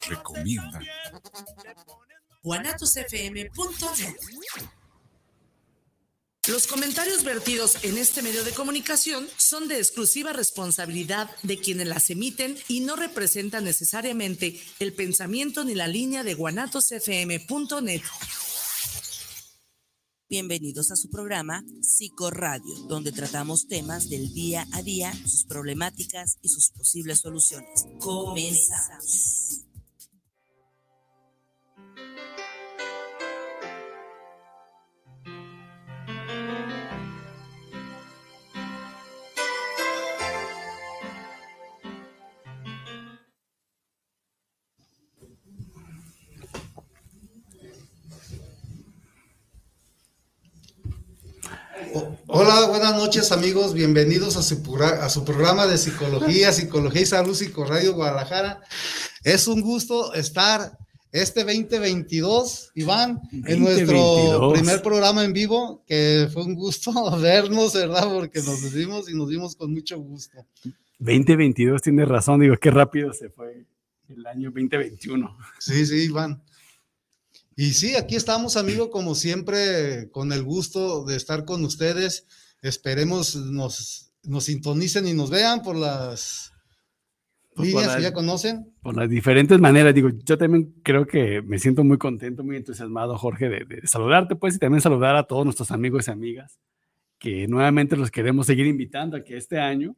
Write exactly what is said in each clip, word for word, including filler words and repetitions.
recomienda. guanatos f m punto net. Los comentarios vertidos en este medio de comunicación son de exclusiva responsabilidad de quienes las emiten y no representan necesariamente el pensamiento ni la línea de guanatos f m punto net. Bienvenidos a su programa Psicoradio, donde tratamos temas del día a día, sus problemáticas y sus posibles soluciones. Comenzamos. Hola, buenas noches amigos, bienvenidos a su, a su programa de psicología, psicología y salud, Psicoradio Guadalajara. Es un gusto estar este veinte veintidós, Iván, en nuestro veintidós primer programa en vivo, que fue un gusto vernos, ¿verdad? Porque nos vimos y nos vimos con mucho gusto. veinte veintidós, tienes razón, digo, qué rápido se fue el año veinte veintiuno. Sí, sí, Iván. Y sí, aquí estamos, amigo, como siempre, con el gusto de estar con ustedes. Esperemos nos, nos sintonicen y nos vean por las pues líneas por la, que ya conocen. Por las diferentes maneras. Digo, yo también creo que me siento muy contento, muy entusiasmado, Jorge, de, de saludarte, pues, y también saludar a todos nuestros amigos y amigas, que nuevamente los queremos seguir invitando a que este año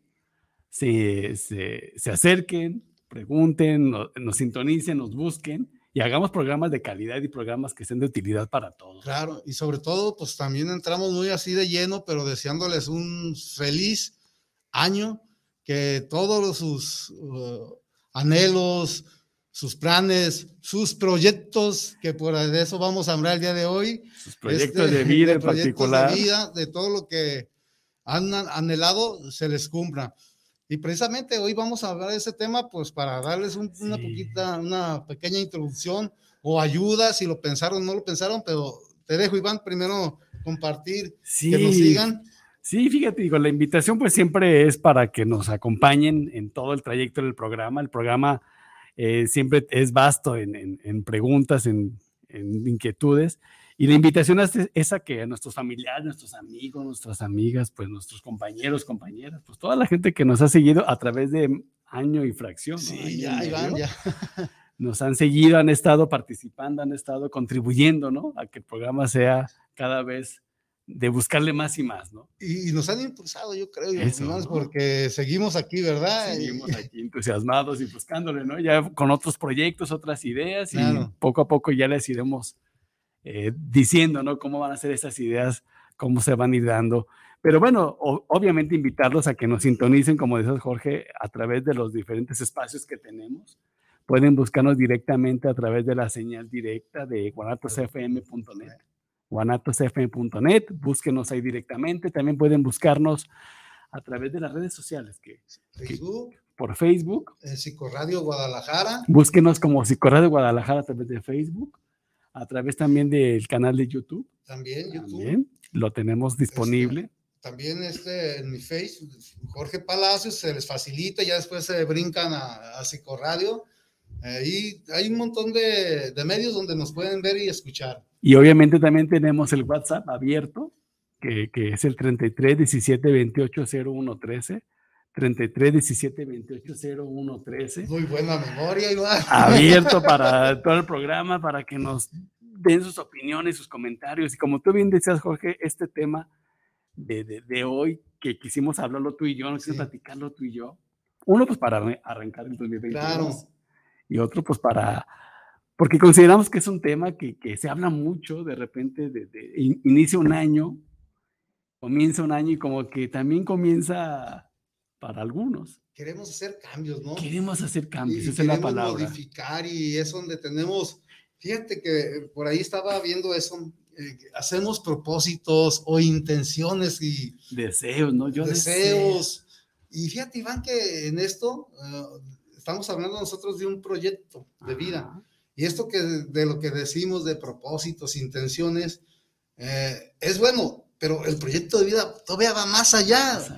se, se, se acerquen, pregunten, nos, nos sintonicen, nos busquen, y hagamos programas de calidad y programas que sean de utilidad para todos. Claro, y sobre todo, pues también entramos muy así de lleno, pero deseándoles un feliz año, que todos sus uh, anhelos, sus planes, sus proyectos, que por eso vamos a hablar el día de hoy. Sus proyectos este, de vida de en particular. De vida, de todo lo que han anhelado, se les cumpla. Y precisamente hoy vamos a hablar de ese tema, pues para darles un, sí. una poquita, una pequeña introducción o ayuda, si lo pensaron o no lo pensaron, pero te dejo, Iván, primero compartir, sí. que nos sigan. Sí, fíjate, digo, la invitación pues siempre es para que nos acompañen en todo el trayecto del programa. El programa eh, siempre es vasto en, en, en preguntas, en, en inquietudes. Y la invitación es, es a que nuestros familiares, nuestros amigos, nuestras amigas, pues nuestros compañeros, compañeras, pues toda la gente que nos ha seguido a través de año y fracción. Sí, ¿no? ya, Iván, ya. Nos han seguido, han estado participando, han estado contribuyendo, ¿no? A que el programa sea cada vez de buscarle más y más, ¿no? Y, y nos han impulsado, yo creo, Eso, Iván, ¿no? Porque seguimos aquí, ¿verdad? Seguimos aquí entusiasmados y buscándole, ¿no? Ya con otros proyectos, otras ideas, claro. Y poco a poco ya les iremos Eh, diciendo, ¿no? Cómo van a ser esas ideas, cómo se van a ir dando. Pero bueno, o, obviamente invitarlos a que nos sintonicen, como dices, Jorge, a través de los diferentes espacios que tenemos. Pueden buscarnos directamente a través de la señal directa de guanatos f m punto net. guanatos f m punto net, búsquenos ahí directamente. También pueden buscarnos a través de las redes sociales. Que, Facebook. Que, por Facebook. Eh, Psicoradio Guadalajara. Búsquenos como Psicoradio Guadalajara a través de Facebook. A través también del canal de YouTube. También, YouTube. También lo tenemos disponible. Este, también este, en mi Facebook, Jorge Palacios, se les facilita, ya después se brincan a, a Psicoradio. Eh, y hay un montón de, de medios donde nos pueden ver y escuchar. Y obviamente también tenemos el WhatsApp abierto, que, que es el treinta y tres diecisiete veintiocho cero uno trece. treinta y tres diecisiete veintiocho cero uno trece. Muy buena memoria, Iván. Abierto para todo el programa, para que nos den sus opiniones, sus comentarios. Y como tú bien decías, Jorge, este tema de, de, de hoy, que quisimos hablarlo tú y yo, no quisimos sí. platicarlo tú y yo. Uno, pues para arrancar el dos mil veintidós. Claro. Y otro, pues para... Porque consideramos que es un tema que, que se habla mucho, de repente, de, de, in, inicia un año, comienza un año y como que también comienza... para algunos. Queremos hacer cambios, ¿no? Queremos hacer cambios, y, esa es la palabra. Queremos modificar y es donde tenemos, fíjate que por ahí estaba viendo eso, eh, hacemos propósitos o intenciones y... Deseos, ¿no? Yo deseos. Deseo. Y fíjate, Iván, que en esto uh, estamos hablando nosotros de un proyecto de vida. Ajá. Y esto que de lo que decimos de propósitos, intenciones, eh, es bueno, pero el proyecto de vida todavía va más allá. Más allá.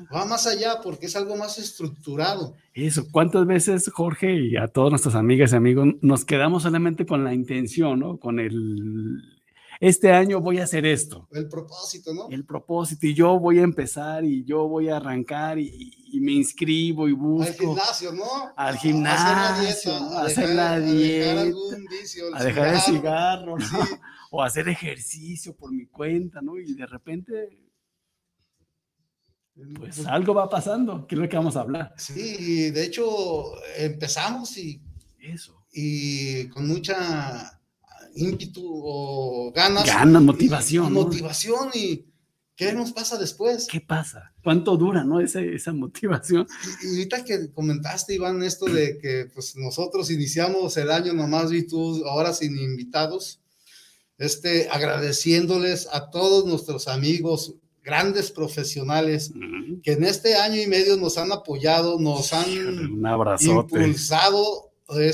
Va más allá porque es algo más estructurado. Eso, ¿cuántas veces, Jorge, y a todas nuestras amigas y amigos, nos quedamos solamente con la intención, ¿no? Con el, este año voy a hacer esto. El propósito, ¿no? El propósito, y yo voy a empezar, y yo voy a arrancar, y, y me inscribo, y busco. Al gimnasio, ¿no? Al gimnasio, a hacer la dieta, a, a hacer la dieta, dejar algún vicio, el a dejar el cigarro, cigarro, ¿no? sí. O hacer ejercicio por mi cuenta, ¿no? Y de repente, pues algo va pasando, que es lo que vamos a hablar. Sí, de hecho empezamos y, Eso. y con mucha ímpetu o ganas. Ganas, motivación. Y, y ¿no? motivación y ¿qué nos pasa después? ¿Qué pasa? ¿Cuánto dura, no? Esa, esa motivación. Y, y ahorita que comentaste, Iván, esto de que pues nosotros iniciamos el año nomás y tú ahora sin invitados, este, agradeciéndoles a todos nuestros amigos, grandes profesionales, uh-huh. que en este año y medio nos han apoyado, nos han Un abrazote. impulsado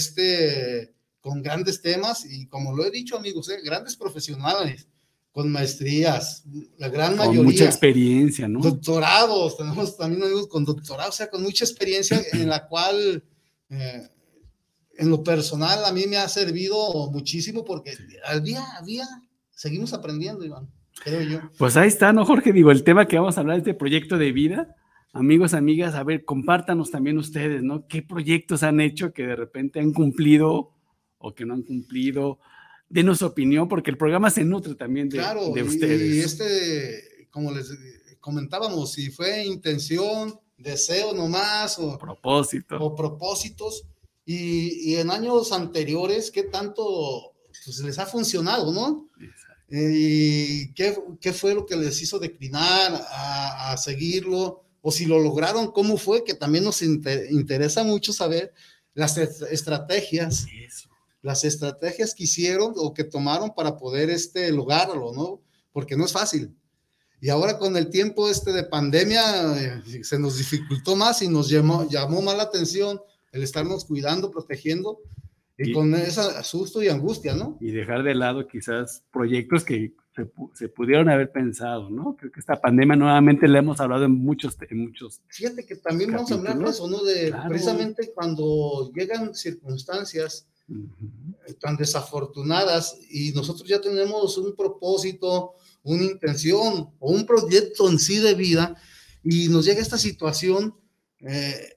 este, con grandes temas y como lo he dicho, amigos, eh, grandes profesionales con maestrías, la gran con mayoría. Mucha experiencia, ¿no? Doctorados, tenemos también amigos con doctorados, o sea, con mucha experiencia en la cual... Eh, en lo personal a mí me ha servido muchísimo porque al día a día seguimos aprendiendo, Iván, creo yo. Pues ahí está, ¿no, Jorge? Digo, el tema que vamos a hablar es de proyecto de vida. Amigos, amigas, a ver, compártanos también ustedes, ¿no? ¿Qué proyectos han hecho que de repente han cumplido o que no han cumplido? Denos su opinión, porque el programa se nutre también de, claro, de ustedes. Y este, como les comentábamos, si fue intención, deseo nomás o propósito. O propósitos. Y, y en años anteriores, ¿qué tanto pues, les ha funcionado, no? Eh, ¿Y qué, qué fue lo que les hizo declinar a, a seguirlo? O si lo lograron, ¿cómo fue? Que también nos inter, interesa mucho saber las est estrategias, Eso. las estrategias que hicieron o que tomaron para poder este, lograrlo, ¿no? Porque no es fácil. Y ahora con el tiempo este de pandemia eh, se nos dificultó más y nos llamó, llamó más la atención el estarnos cuidando, protegiendo, y, y con ese susto y angustia, ¿no? Y dejar de lado quizás proyectos que se, se pudieron haber pensado, ¿no? Creo que esta pandemia nuevamente le hemos hablado en muchos... En muchos Fíjate que también capítulos. Vamos a hablar de eso, ¿no? De claro. Precisamente cuando llegan circunstancias uh-huh. tan desafortunadas y nosotros ya tenemos un propósito, una intención o un proyecto en sí de vida y nos llega esta situación... Eh,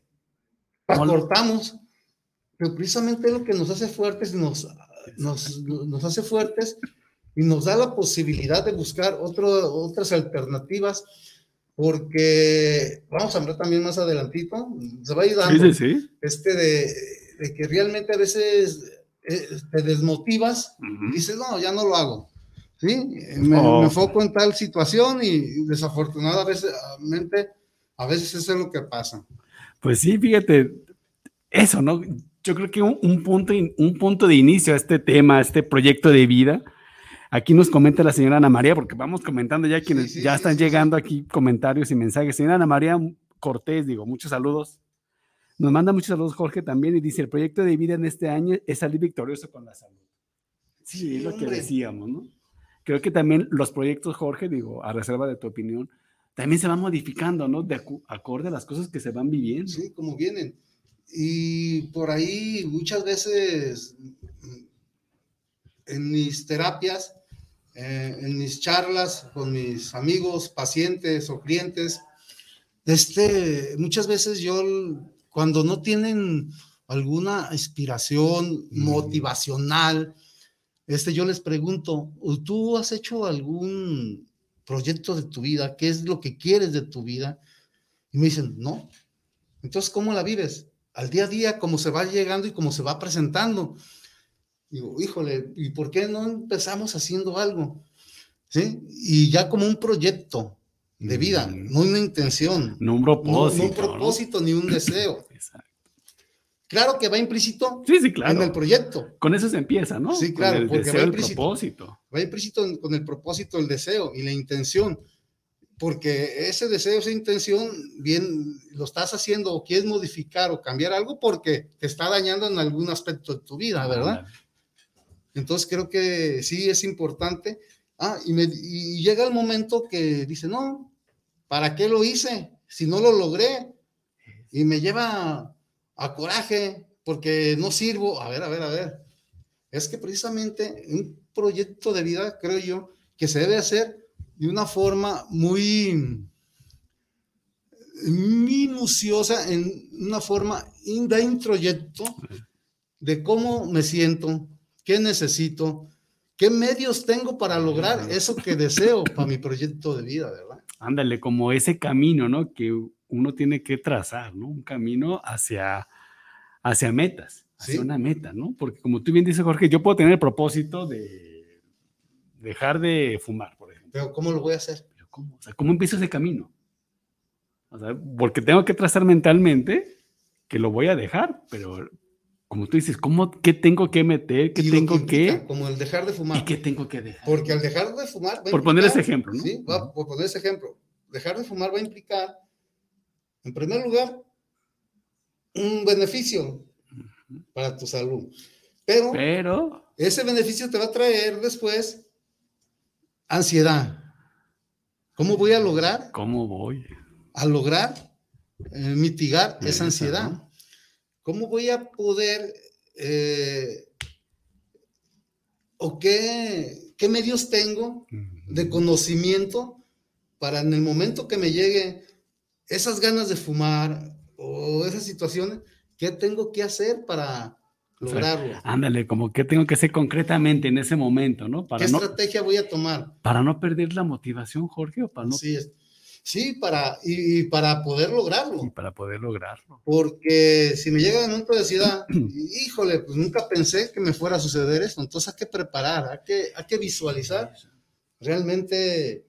acortamos, pero precisamente lo que nos hace fuertes, nos, nos, nos hace fuertes y nos da la posibilidad de buscar otro, otras alternativas, porque vamos a hablar también más adelantito, se va a ir dando sí, sí, sí. este de, de que realmente a veces eh, te desmotivas uh-huh. y dices, no, ya no lo hago. ¿Sí? Me, oh. me enfoco en tal situación y desafortunadamente a veces eso es lo que pasa. Pues sí, fíjate, eso, ¿no? Yo creo que un, un, punto, un punto de inicio a este tema, a este proyecto de vida, aquí nos comenta la señora Ana María, porque vamos comentando ya quienes sí, sí, ya están sí, llegando sí. aquí comentarios y mensajes. Señora Ana María Cortés, digo, muchos saludos. Nos manda muchos saludos Jorge también y dice, el proyecto de vida en este año es salir victorioso con la salud. Sí, sí es lo hombre. que decíamos, ¿no? Creo que también los proyectos, Jorge, digo, a reserva de tu opinión, también se van modificando, ¿no? De acu- acorde a las cosas que se van viviendo. Sí, como vienen. Y por ahí muchas veces en mis terapias, eh, en mis charlas con mis amigos, pacientes o clientes, este, muchas veces yo, cuando no tienen alguna inspiración mm. motivacional, este, yo les pregunto, ¿tú has hecho algún proyecto de tu vida? ¿Qué es lo que quieres de tu vida? Y me dicen, no. Entonces, ¿cómo la vives? Al día a día, cómo se va llegando y cómo se va presentando. Digo, híjole, ¿y por qué no empezamos haciendo algo? ¿Sí? Y ya como un proyecto de vida, mm. no una intención. No un propósito. No, no un propósito ¿no? ni un deseo. Exacto. Claro que va implícito sí, sí, claro. en el proyecto. Con eso se empieza, ¿no? Sí, claro, con el porque deseo, va implícito. El propósito. Va implícito con el propósito, el deseo y la intención. Porque ese deseo, esa intención, bien, lo estás haciendo o quieres modificar o cambiar algo porque te está dañando en algún aspecto de tu vida, ¿verdad? Ah, entonces creo que sí es importante. Ah, y, me, y llega el momento que dice, no, ¿para qué lo hice? si no lo logré? Y me lleva a coraje porque no sirvo. A ver, a ver, a ver. Es que precisamente un proyecto de vida, creo yo, que se debe hacer de una forma muy minuciosa, en una forma de introyecto de cómo me siento, qué necesito, qué medios tengo para lograr eso que deseo para mi proyecto de vida, ¿verdad? Ándale, como ese camino, ¿no? Que uno tiene que trazar, ¿no? Un camino hacia, hacia metas, hacia ¿Sí? una meta, ¿no? Porque como tú bien dices, Jorge, yo puedo tener el propósito de dejar de fumar, por ejemplo. Pero ¿cómo lo voy a hacer? Pero ¿cómo? O sea, ¿cómo empiezo ese camino? O sea, porque tengo que trazar mentalmente que lo voy a dejar, pero como tú dices, ¿cómo, ¿qué tengo que meter? ¿Qué Y lo tengo que implica, que...? como el dejar de fumar. ¿Y qué tengo que dejar? Porque al dejar de fumar... va a Por implicar, poner ese ejemplo, ¿no? Sí, va, por poner ese ejemplo. Dejar de fumar va a implicar, en primer lugar, un beneficio para tu salud. Pero, Pero... ese beneficio te va a traer después ansiedad. ¿Cómo voy a lograr? ¿Cómo voy? A lograr eh, mitigar esa, esa ansiedad. ¿No? ¿Cómo voy a poder eh, o qué, qué medios tengo de conocimiento para en el momento que me llegue esas ganas de fumar o esas situaciones, qué tengo que hacer para lograrlo? O sea, ándale, como qué tengo que hacer concretamente en ese momento, ¿no? Para ¿Qué no, estrategia voy a tomar? Para no perder la motivación, Jorge, o para no... Sí, es. Sí, para, y, y para poder lograrlo. Y para poder lograrlo. Porque si me llega el momento de ansiedad, híjole, pues nunca pensé que me fuera a suceder esto. Entonces hay que preparar, hay que, hay que visualizar realmente.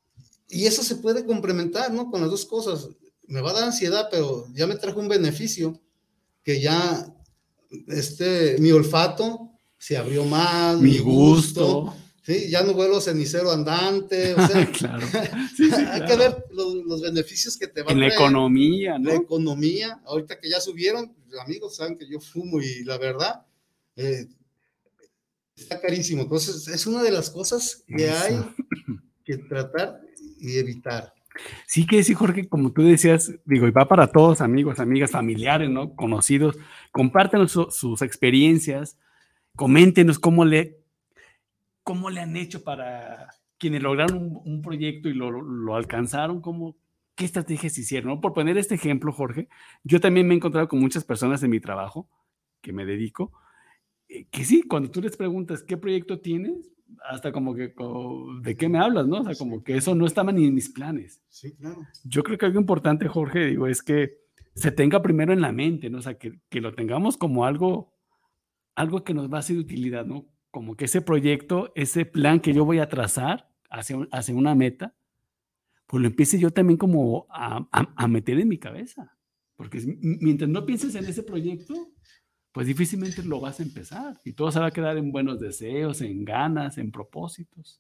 Y eso se puede complementar, ¿no? Con las dos cosas. Me va a dar ansiedad, pero ya me trajo un beneficio que ya este, mi olfato se abrió más, mi, mi gusto. gusto Sí, ya no vuelo cenicero andante, o sea, claro. Sí, sí, hay claro. que ver los, los beneficios que te va en a traer. En la economía, ¿no? La economía, ahorita que ya subieron, amigos saben que yo fumo y la verdad, eh, está carísimo. Entonces, es una de las cosas que Eso. hay que tratar y evitar. Sí que sí, Jorge, como tú decías, digo, y va para todos, amigos, amigas, familiares, ¿no? Conocidos, compártenos su, sus experiencias, coméntenos cómo le... ¿Cómo le han hecho para quienes lograron un, un proyecto y lo, lo alcanzaron? ¿Cómo, ¿Qué estrategias hicieron? ¿No? Por poner este ejemplo, Jorge, yo también me he encontrado con muchas personas en mi trabajo que me dedico, eh, que sí, cuando tú les preguntas qué proyecto tienes, hasta como que, como, ¿de qué me hablas? ¿No? O sea, como que eso no estaba ni en mis planes. Sí, claro. Yo creo que algo importante, Jorge, digo, es que se tenga primero en la mente, ¿no? O sea, que, que lo tengamos como algo, algo que nos va a ser de utilidad, ¿no? Como que ese proyecto, ese plan que yo voy a trazar hacia, hacia una meta, pues lo empiece yo también como a, a, a meter en mi cabeza. Porque mientras no pienses en ese proyecto, pues difícilmente lo vas a empezar. Y todo se va a quedar en buenos deseos, en ganas, en propósitos.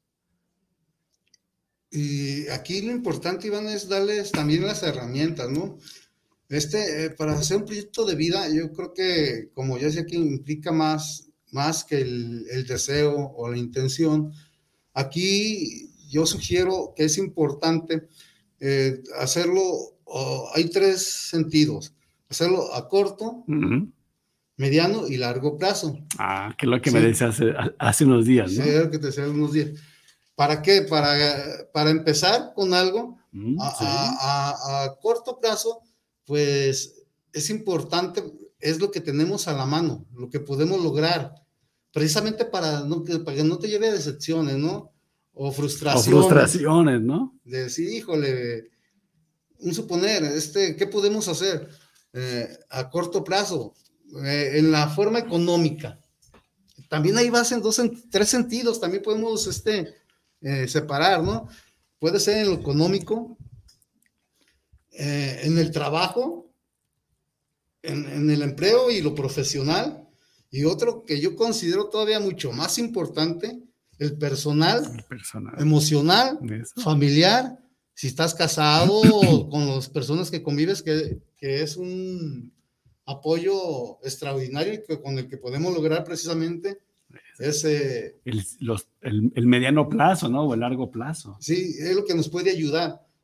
Y aquí lo importante, Iván, es darles también las herramientas, ¿no? Este, eh, para hacer un proyecto de vida, yo creo que, como ya decía aquí, implica más... más que el, el deseo o la intención. Aquí yo sugiero que es importante eh, hacerlo, oh, hay tres sentidos, hacerlo a corto, uh-huh. mediano y largo plazo. Ah, que es lo que sí. me decía hace, hace unos días, ¿no? Sí, es lo que te decía hace unos días. ¿Para qué? Para, para empezar con algo uh-huh. a, sí. a, a, a corto plazo, pues es importante, es lo que tenemos a la mano, lo que podemos lograr. Precisamente para, no, para que no te lleve a decepciones, ¿no? O frustraciones. O frustraciones, ¿no? De decir, híjole, un suponer, este, ¿qué podemos hacer eh, a corto plazo? Eh, en la forma económica. También ahí vas en dos, en tres sentidos, también podemos este, eh, separar, ¿no? Puede ser en lo económico, eh, en el trabajo, en, en el empleo y lo profesional. Y otro que yo considero todavía mucho más importante, el personal, el personal. emocional, familiar, si estás casado con las personas que convives, que, que es un apoyo extraordinario y que, con el que podemos lograr precisamente ese... El, los, el, el mediano plazo, ¿no? O el largo plazo. Sí, es lo que nos puede ayudar.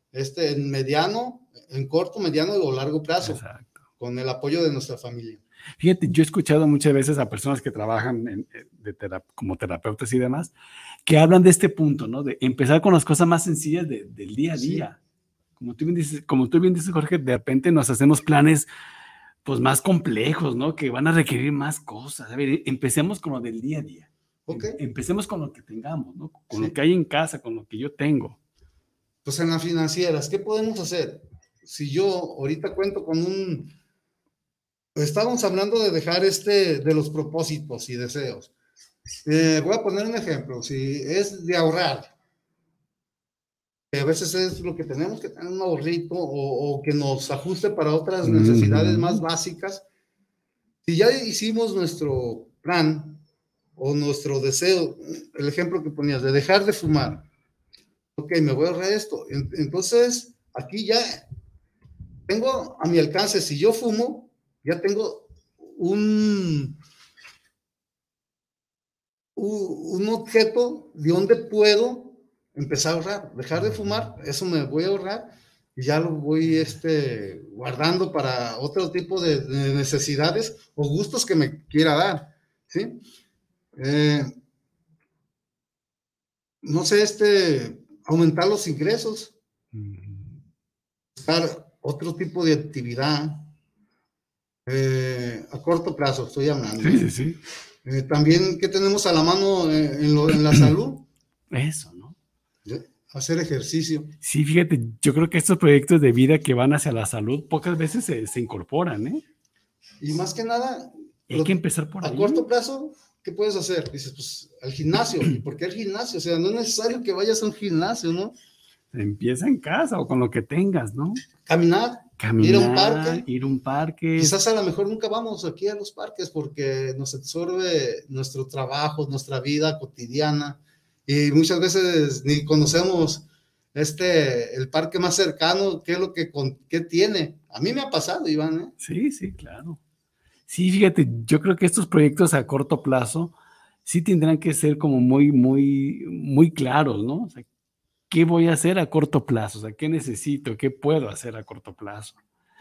este, en mediano, en corto, mediano o largo plazo. Exacto. Con el apoyo de nuestra familia. Fíjate, yo he escuchado muchas veces a personas que trabajan en, de terap como terapeutas y demás, que hablan de este punto, ¿no? De empezar con las cosas más sencillas de, del día a día. Sí. Como tú bien dices, como tú bien dices, Jorge, de repente nos hacemos planes pues más complejos, ¿no? Que van a requerir más cosas. A ver, empecemos con lo del día a día. Okay. Empecemos con lo que tengamos, ¿no? Con sí. lo que hay en casa, con lo que yo tengo. Pues en las financieras, ¿qué podemos hacer? Si yo ahorita cuento con un... Estábamos hablando de dejar este, de los propósitos y deseos. Eh, voy a poner un ejemplo. Si es de ahorrar, que a veces es lo que tenemos que tener un ahorrito o, o que nos ajuste para otras necesidades mm. más básicas. Si ya hicimos nuestro plan o nuestro deseo, el ejemplo que ponías de dejar de fumar, ok, me voy a ahorrar esto. Entonces, aquí ya tengo a mi alcance, si yo fumo, ya tengo un, un, un objeto de donde puedo empezar a ahorrar, dejar de fumar, eso me voy a ahorrar y ya lo voy este, guardando para otro tipo de, de necesidades o gustos que me quiera dar, ¿sí? Eh, no sé, este, aumentar los ingresos, buscar otro tipo de actividad, Eh, a corto plazo estoy hablando. Sí, sí, sí. Eh, también, ¿qué tenemos a la mano en, en, lo, en la salud? Eso, ¿no? Hacer ejercicio. Sí, fíjate, yo creo que estos proyectos de vida que van hacia la salud pocas veces se, se incorporan, ¿eh? Y más que nada... Hay lo, que empezar por ahí. A corto plazo, ¿qué puedes hacer? Dices, pues, al gimnasio. ¿Y por qué al gimnasio? O sea, no es necesario que vayas a un gimnasio, ¿no? Empieza en casa o con lo que tengas, ¿no? Caminar. Caminar, ir a un parque. Ir a un parque. Quizás a lo mejor nunca vamos aquí a los parques porque nos absorbe nuestro trabajo, nuestra vida cotidiana y muchas veces ni conocemos este, el parque más cercano, qué es lo que con, qué tiene. A mí me ha pasado, Iván, ¿eh? Sí, sí, claro. Sí, fíjate, yo creo que estos proyectos a corto plazo sí tendrán que ser como muy, muy, muy claros, ¿no? O sea, ¿qué voy a hacer a corto plazo? O sea, ¿qué necesito? ¿Qué puedo hacer a corto plazo?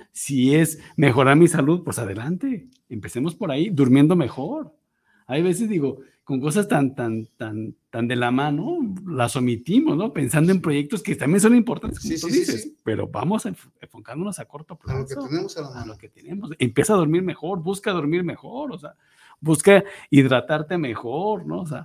Si es mejorar mi salud, pues adelante. Empecemos por ahí, durmiendo mejor. Hay veces, digo, con cosas tan, tan, tan, tan de la mano, las omitimos, ¿no? Pensando en proyectos que también son importantes, como sí, tú sí, dices, sí, sí. Pero vamos enfocándonos a corto plazo. A lo que tenemos a la mano. A lo que tenemos. Empieza a dormir mejor, busca dormir mejor, o sea, busca hidratarte mejor, ¿no? O sea,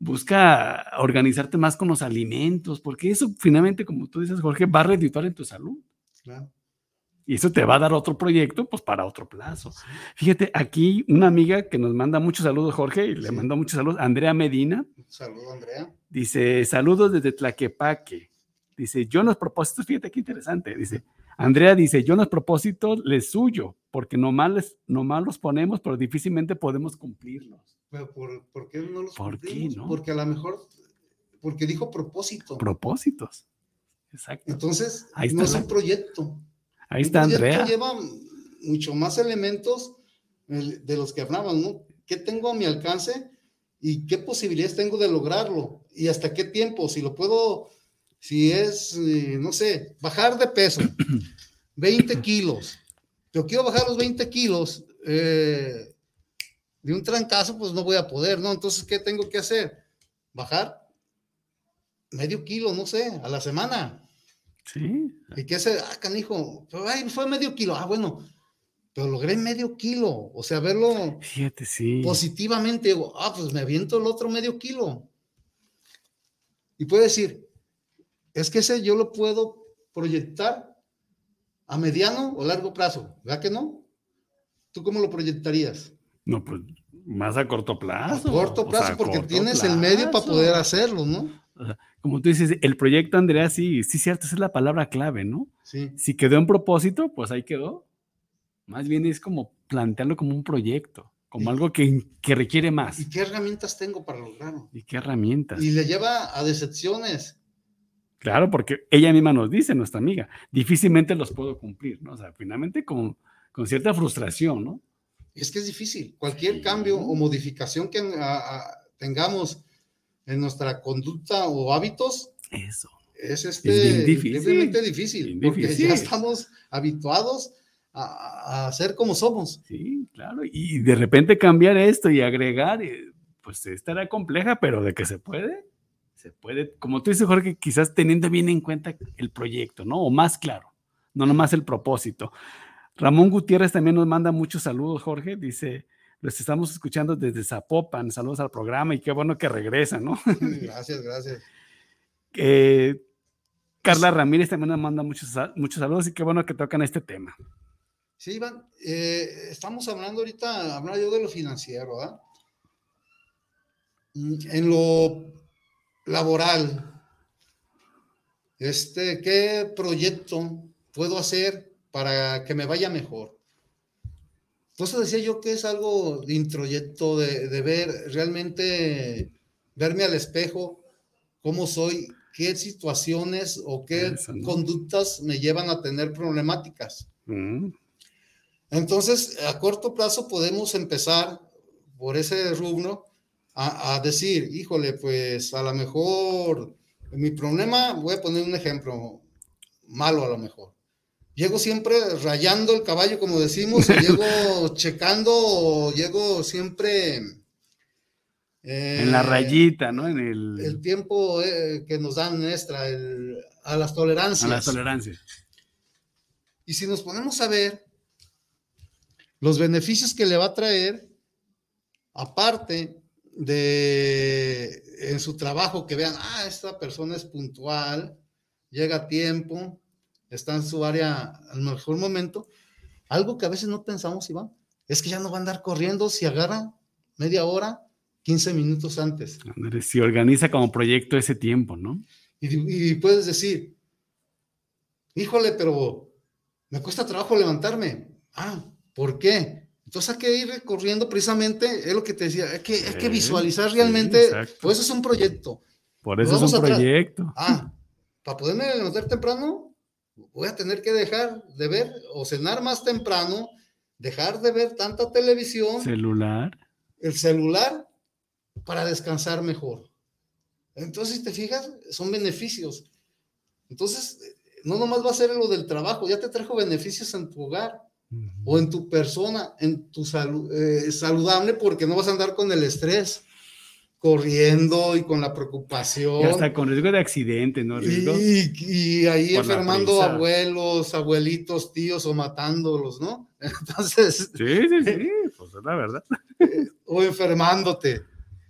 busca organizarte más con los alimentos, porque eso finalmente, como tú dices, Jorge, va a redituar en tu salud. Claro. Y eso te va a dar otro proyecto, pues para otro plazo. Sí. Fíjate, aquí una amiga que nos manda muchos saludos, Jorge, y le sí. mandó muchos saludos, Andrea Medina. Saludos, Andrea. Dice, saludos desde Tlaquepaque. Dice, yo en los propósitos, fíjate qué interesante, dice, Andrea dice, yo en los propósitos les suyo, porque nomás, les, nomás los ponemos, pero difícilmente podemos cumplirlos. Pero ¿por, ¿por qué no los ¿Por cumplimos? qué no? Porque a lo mejor, porque dijo propósito. Propósitos, exacto. Entonces, Ahí no está es un proyecto. Ahí está un Andrea. Lleva mucho más elementos de los que hablaban, ¿no? ¿Qué tengo a mi alcance y qué posibilidades tengo de lograrlo? ¿Y hasta qué tiempo? Si lo puedo, si es, eh, no sé, bajar de peso, veinte kilos. Yo quiero bajar los veinte kilos eh, de un trancazo, pues no voy a poder, ¿no? Entonces, ¿qué tengo que hacer? Bajar medio kilo, no sé, a la semana. Sí. ¿Y qué hace? Ah, canijo, ay, fue medio kilo. Ah, bueno, pero logré medio kilo. O sea, verlo Fíjate, sí. positivamente. Digo, ah, pues me aviento el otro medio kilo. Y puede decir, es que ese yo lo puedo proyectar a mediano o largo plazo. ¿Verdad que no? ¿Tú cómo lo proyectarías? No, pues más a corto plazo. A corto plazo, o sea, porque tienes plazo. el medio para poder hacerlo, ¿no? O sea, como tú dices, el proyecto, Andrea, sí, sí, cierto, esa es la palabra clave, ¿no? Sí. Si quedó en propósito, pues ahí quedó. Más bien es como plantearlo como un proyecto, como ¿Y? algo que, que requiere más. ¿Y qué herramientas tengo para lograrlo? ¿Y qué herramientas? Y le lleva a decepciones. Claro, porque ella misma nos dice, nuestra amiga, difícilmente los puedo cumplir, ¿no? O sea, finalmente con, con cierta frustración, ¿no? Es que es difícil. Cualquier sí. cambio o modificación que a, a, tengamos en nuestra conducta o hábitos, eso es, este, es bien difícil, increíblemente difícil, bien porque difícil. ya estamos habituados a, a ser como somos. Sí, claro, y de repente cambiar esto y agregar, pues estará compleja, pero de que se puede, se puede, como tú dices, Jorge, quizás teniendo bien en cuenta el proyecto, ¿no? O más claro, no nomás el propósito. Ramón Gutiérrez también nos manda muchos saludos, Jorge, dice, los estamos escuchando desde Zapopan, saludos al programa y qué bueno que regresan, ¿no? Gracias, gracias. Eh, Carla Ramírez también nos manda muchos, muchos saludos y qué bueno que tocan este tema. Sí, Iván, eh, estamos hablando ahorita, hablaba yo de lo financiero, ¿verdad? En lo laboral, este, ¿qué proyecto puedo hacer para que me vaya mejor? Entonces decía yo que es algo de introyecto, de, de ver realmente, verme al espejo, cómo soy, qué situaciones o qué Eso, ¿no? conductas me llevan a tener problemáticas. Mm. Entonces, a corto plazo podemos empezar por ese rubro a, a decir, híjole, pues a lo mejor mi problema, voy a poner un ejemplo malo a lo mejor. Llego siempre rayando el caballo, como decimos, o llego checando, o llego siempre... Eh, en la rayita, ¿no? En el, el tiempo eh, que nos dan extra, el, a las tolerancias. A las tolerancias. Y si nos ponemos a ver los beneficios que le va a traer, aparte de en su trabajo que vean, ah, esta persona es puntual, llega a tiempo, está en su área al mejor momento, algo que a veces no pensamos, Iván, es que ya no va a andar corriendo si agarra media hora, quince minutos antes. Si organiza como proyecto ese tiempo, ¿no? Y, y puedes decir, híjole, pero me cuesta trabajo levantarme. Ah, ¿por qué? Entonces hay que ir recorriendo precisamente, es lo que te decía, hay que, hay que visualizar realmente, sí, por eso es un proyecto. Por eso es un proyecto. Ah, para poderme levantar temprano, voy a tener que dejar de ver o cenar más temprano, dejar de ver tanta televisión. Celular. El celular para descansar mejor. Entonces, si te fijas, son beneficios. Entonces, no nomás va a ser lo del trabajo, ya te trajo beneficios en tu hogar. Uh-huh. O en tu persona, en tu salud, eh, saludable, porque no vas a andar con el estrés, corriendo y con la preocupación. Y hasta con riesgo de accidente, ¿no? Riesgo y, y ahí por enfermando abuelos, abuelitos, tíos o matándolos, ¿no? Entonces. Sí, sí, sí, pues es la verdad. Eh, o enfermándote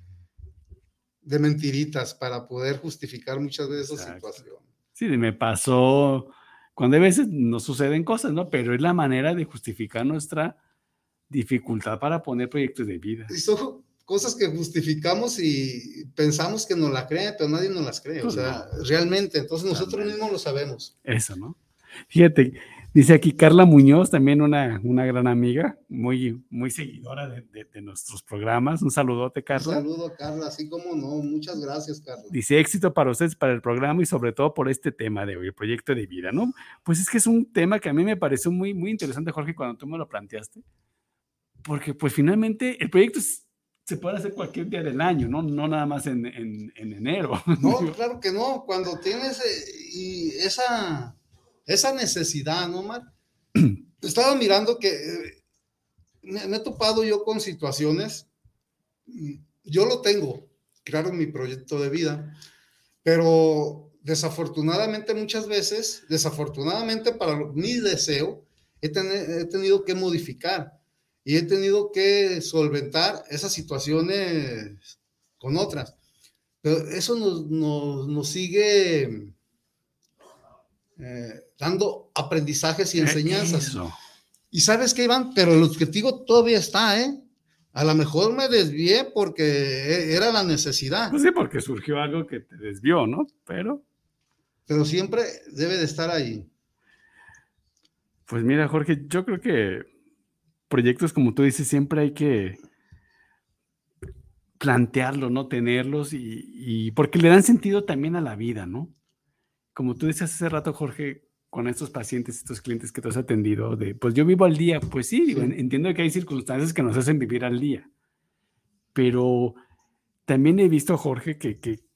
de mentiritas para poder justificar muchas veces esa situación. Sí, me pasó. Cuando a veces nos suceden cosas, ¿no? Pero es la manera de justificar nuestra dificultad para poner proyectos de vida. Y son cosas que justificamos y pensamos que nos la creen, pero nadie nos las cree. Pues o sea, no. realmente, entonces nosotros realmente. mismos lo sabemos. Eso, ¿no? Fíjate, dice aquí Carla Muñoz, también una, una gran amiga, muy, muy seguidora de, de, de nuestros programas. Un saludote, Carla. Un saludo, Carla, así como no. Muchas gracias, Carla. Dice, éxito para ustedes, para el programa y sobre todo por este tema de hoy, el proyecto de vida, ¿no? Pues es que es un tema que a mí me pareció muy, muy interesante, Jorge, cuando tú me lo planteaste, porque pues finalmente el proyecto es, se puede hacer cualquier día del año, ¿no? No nada más en, en, en enero. No, claro que no. Cuando tienes eh, y esa... esa necesidad, ¿no, Mar? Estaba mirando que eh, me, me he topado yo con situaciones, yo lo tengo, claro, en mi proyecto de vida, pero desafortunadamente muchas veces, desafortunadamente para mi deseo, he, ten, he tenido que modificar y he tenido que solventar esas situaciones con otras. Pero eso nos, nos, nos sigue... Eh, dando aprendizajes y enseñanzas. Eso. Y sabes qué, Iván, pero el objetivo todavía está, ¿eh? A lo mejor me desvié porque era la necesidad. Pues sí, porque surgió algo que te desvió, ¿no? Pero... Pero siempre debe de estar ahí. Pues mira, Jorge, yo creo que proyectos como tú dices, siempre hay que plantearlos, ¿no? Tenerlos y, y porque le dan sentido también a la vida, ¿no? Como tú decías hace rato, Jorge, con estos pacientes, estos clientes que tú has atendido, de, pues yo vivo al día, pues sí, digo, Sí. entiendo que hay circunstancias que nos hacen vivir al día, pero también he visto, Jorge, que, que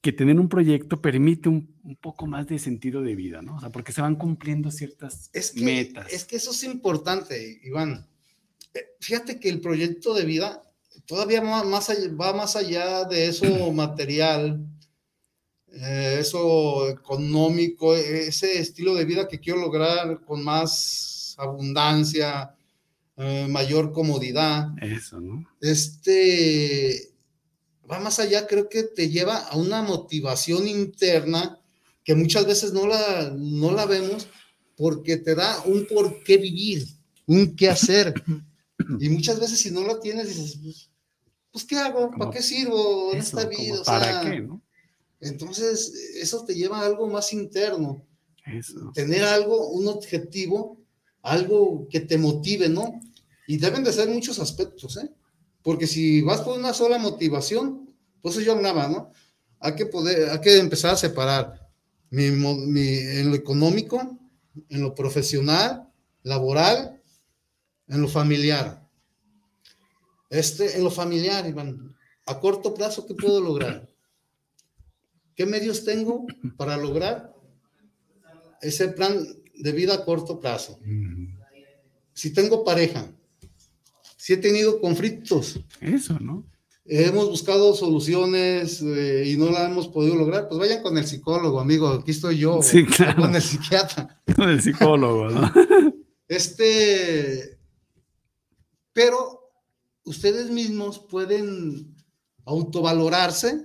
que tener un proyecto permite un, un poco más de sentido de vida, ¿no? O sea, porque se van cumpliendo ciertas es que, metas. Es que eso es importante, Iván. Fíjate que el proyecto de vida todavía va más allá, va más allá de eso material, eh, eso económico, ese estilo de vida que quiero lograr con más abundancia, eh, mayor comodidad. Eso, ¿no? Este va más allá, creo que te lleva a una motivación interna que muchas veces no la, no la vemos, porque te da un por qué vivir, un qué hacer. Y muchas veces si no la tienes, dices, pues, pues ¿qué hago? ¿Para qué sirvo en eso, esta vida? O ¿para sea, qué, no? Entonces, eso te lleva a algo más interno. Eso. Tener algo, un objetivo, algo que te motive, ¿no? Y deben de ser muchos aspectos, ¿eh? Porque si vas por una sola motivación, pues eso yo hablaba, ¿no? Hay que poder, hay que empezar a separar mi, mi, en lo económico, en lo profesional, laboral, en lo familiar. Este, en lo familiar, Iván, a corto plazo, ¿qué puedo lograr? ¿Qué medios tengo para lograr ese plan de vida a corto plazo? Si tengo pareja, si he tenido conflictos. Eso, ¿no? Hemos buscado soluciones eh, y no la hemos podido lograr, pues vayan con el psicólogo, amigo, aquí estoy yo, sí, claro. Con el psiquiatra. Con el psicólogo, ¿no? Este, pero ustedes mismos pueden autovalorarse.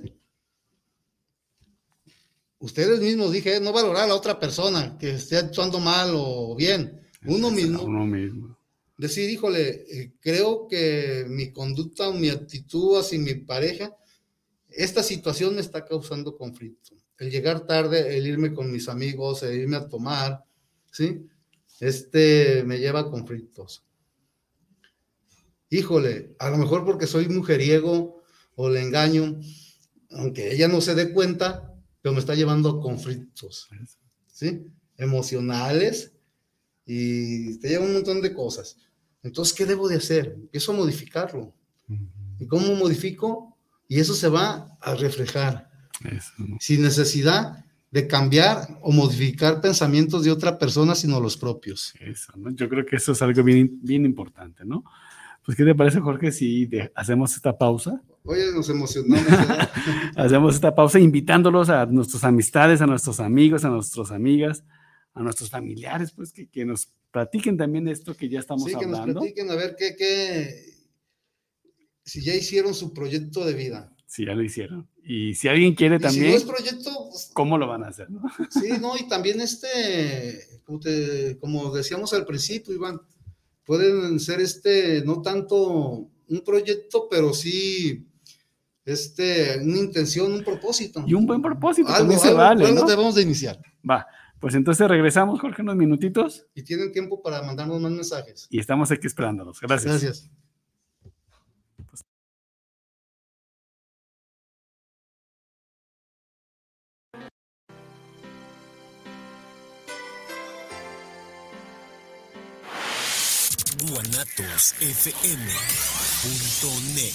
Ustedes mismos, dije, no valorar a la otra persona que esté actuando mal o bien. Uno mismo. Uno mismo. Decir, híjole, eh, creo que mi conducta o mi actitud hacia mi pareja, esta situación me está causando conflicto. El llegar tarde, el irme con mis amigos, el irme a tomar, ¿sí? Este me lleva a conflictos. Híjole, a lo mejor porque soy mujeriego o le engaño, aunque ella no se dé cuenta, pero me está llevando a conflictos, ¿sí? Emocionales, y te lleva un montón de cosas. Entonces, ¿qué debo de hacer? Empiezo a modificarlo. ¿Y cómo modifico? Y eso se va a reflejar. Eso. Sin necesidad de cambiar o modificar pensamientos de otra persona, sino los propios. Eso, ¿no? Yo creo que eso es algo bien, bien importante, ¿no? Pues, ¿qué te parece, Jorge, si de, hacemos esta pausa? Oye, nos emocionamos. ¿eh? Hacemos esta pausa invitándolos a nuestras amistades, a nuestros amigos, a nuestras amigas, a nuestros familiares, pues que, que nos platiquen también esto que ya estamos sí, hablando. Sí, que nos platiquen a ver qué, qué, si ya hicieron su proyecto de vida. Si ya lo hicieron. Y si alguien quiere y también, si no es proyecto, pues, ¿cómo lo van a hacer? ¿No? Sí, no, y también este, como, te, como decíamos al principio, Iván, pueden ser este, no tanto un proyecto, pero sí este, una intención, un propósito. Y un buen propósito, algo, también se algo, vale, algo ¿no? debemos de iniciar. Va, pues entonces regresamos, Jorge, unos minutitos. Y tienen tiempo para mandarnos más mensajes. Y estamos aquí esperándolos. Gracias. Gracias. Pues, guanatos f m punto net.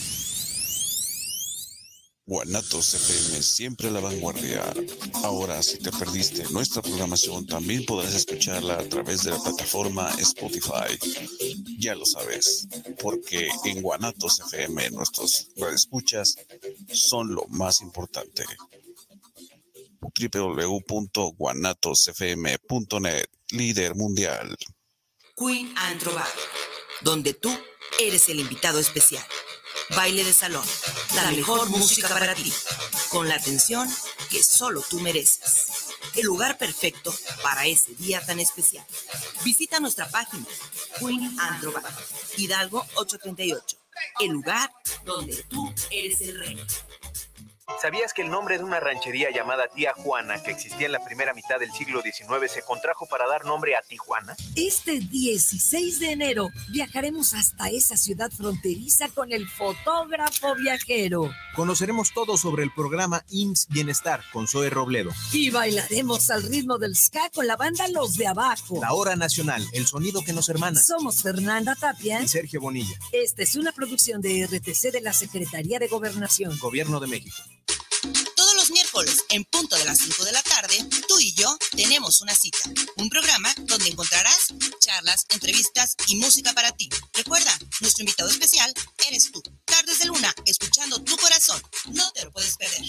Guanatos F M, siempre a la vanguardia. Ahora, si te perdiste nuestra programación, también podrás escucharla a través de la plataforma Spotify. Ya lo sabes, porque en Guanatos F M nuestros radioescuchas son lo más importante. doble u doble u doble u punto guanatos f m punto net, líder mundial. Queen Antro Bar, donde tú eres el invitado especial. Baile de salón, la mejor música para ti, con la atención que solo tú mereces. El lugar perfecto para ese día tan especial. Visita nuestra página, Queen Antro Bar, Hidalgo ochocientos treinta y ocho. El lugar donde tú eres el rey. ¿Sabías que el nombre de una ranchería llamada Tía Juana, que existía en la primera mitad del siglo diecinueve, se contrajo para dar nombre a Tijuana? Este dieciséis de enero viajaremos hasta esa ciudad fronteriza con el fotógrafo viajero. Conoceremos todo sobre el programa I M S S Bienestar con Zoe Robledo. Y bailaremos al ritmo del ska con la banda Los de Abajo. La Hora Nacional, el sonido que nos hermana. Somos Fernanda Tapia y Sergio Bonilla. Esta es una producción de R T C de la Secretaría de Gobernación. Gobierno de México. Todos los miércoles, en punto de las cinco de la tarde, tú y yo tenemos una cita. Un programa donde encontrarás charlas, entrevistas y música para ti. Recuerda, nuestro invitado especial eres tú. Tardes de Luna, escuchando tu corazón. No te lo puedes perder.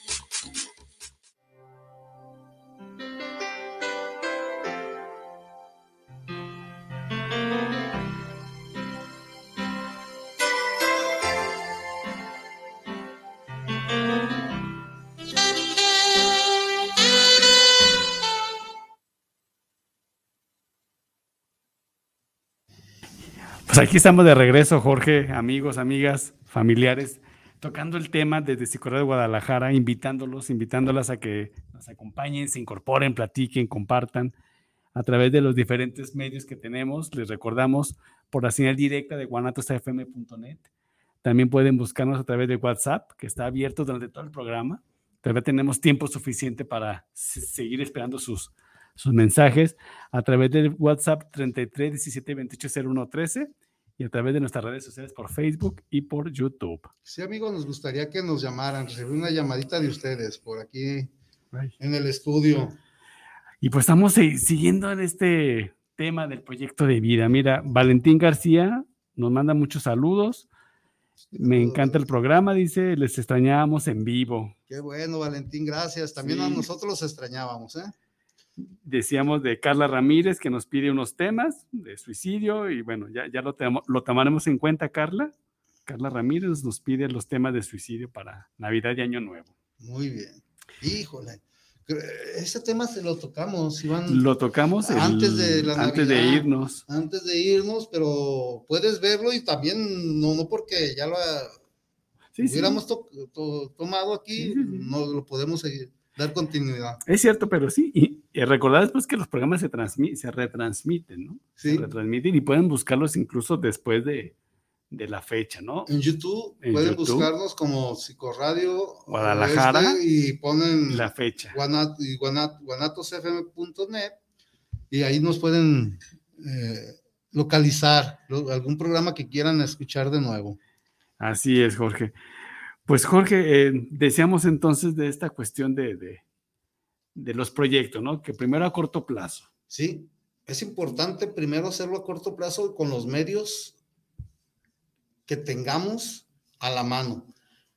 Pues aquí estamos de regreso, Jorge, amigos, amigas, familiares, tocando el tema desde Psicoradio Guadalajara, invitándolos, invitándolas a que nos acompañen, se incorporen, platiquen, compartan a través de los diferentes medios que tenemos. Les recordamos por la señal directa de guanatos f m punto net. También pueden buscarnos a través de WhatsApp, que está abierto durante todo el programa. Todavía tenemos tiempo suficiente para seguir esperando sus, sus mensajes a través del WhatsApp treinta y tres diecisiete veintiocho cero uno trece y a través de nuestras redes sociales por Facebook y por YouTube. Sí, amigos, nos gustaría que nos llamaran, recibir una llamadita de ustedes por aquí Ay. en el estudio. Y pues estamos siguiendo en este tema del proyecto de vida. Mira, Valentín García nos manda muchos saludos. Me encanta el programa, dice, les extrañábamos en vivo. Qué bueno, Valentín, gracias. También sí. A nosotros los extrañábamos, ¿eh? Decíamos de Carla Ramírez, que nos pide unos temas de suicidio, y bueno, ya, ya lo, tem- lo tomaremos en cuenta, Carla. Carla Ramírez nos pide los temas de suicidio para Navidad y Año Nuevo. Muy bien. Híjole. Ese tema se lo tocamos, Iván. Lo tocamos el, antes de la antes Navidad, de irnos. Antes de irnos, pero puedes verlo y también, no, no porque ya lo sí, hubiéramos sí. To, to, tomado aquí, sí, sí, sí. no lo podemos seguir, dar continuidad. Es cierto, pero sí, y, y recordad después que los programas se, transmi- se retransmiten, ¿no? Sí. Se retransmiten y pueden buscarlos incluso después de, de la fecha, ¿no? En YouTube en pueden YouTube. buscarnos como Psicoradio Guadalajara este, y ponen la fecha. Guanat, y guanat, guanatos f m punto net y ahí nos pueden eh, localizar lo, algún programa que quieran escuchar de nuevo. Así es, Jorge. Pues Jorge, eh, deseamos entonces de esta cuestión de, de, de los proyectos, ¿no? Que primero a corto plazo. Sí, es importante primero hacerlo a corto plazo con los medios que tengamos a la mano.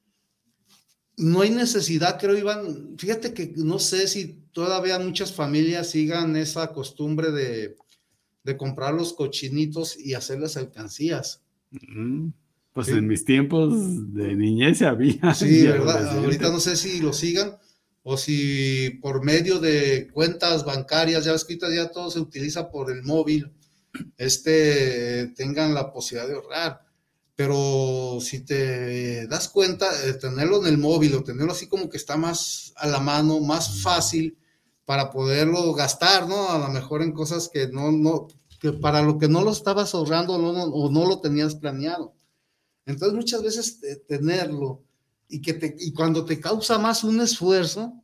No hay necesidad, creo, Iván, fíjate que no sé si todavía muchas familias sigan esa costumbre de, de comprar los cochinitos y hacerles alcancías. Mm-hmm. Pues sí. En mis tiempos de niñez había. Sí, ¿verdad? Ahorita no sé si lo sigan o si por medio de cuentas bancarias, ya ves que ya todo se utiliza por el móvil, este, tengan la posibilidad de ahorrar. Pero si te das cuenta, de tenerlo en el móvil o tenerlo así como que está más a la mano, más fácil para poderlo gastar, ¿no? A lo mejor en cosas que no, no, que para lo que no lo estabas ahorrando no, no, o no lo tenías planeado. Entonces muchas veces eh, tenerlo y, que te, y cuando te causa más un esfuerzo,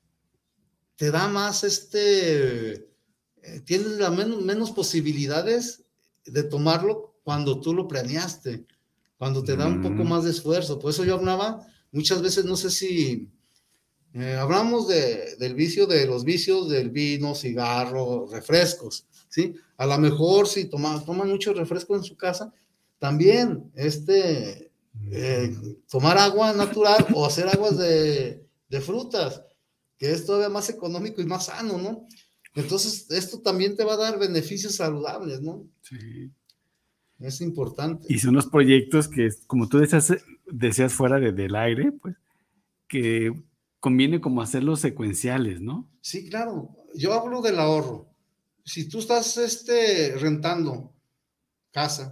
te da más este, eh, tienes la men- menos posibilidades de tomarlo cuando tú lo planeaste. Cuando te da un poco más de esfuerzo. Por eso yo hablaba, muchas veces, no sé si, eh, hablamos de, del vicio, de los vicios del vino, cigarro, refrescos, ¿sí? A lo mejor si toma, toman mucho refresco en su casa, también este, eh, tomar agua natural o hacer aguas de, de frutas, que es todavía más económico y más sano, ¿no? Entonces, esto también te va a dar beneficios saludables, ¿no? Sí. Es importante. Y son los proyectos que, como tú deseas, deseas fuera de, del aire, pues, que conviene como hacerlos secuenciales, ¿no? Sí, claro. Yo hablo del ahorro. Si tú estás este, rentando casa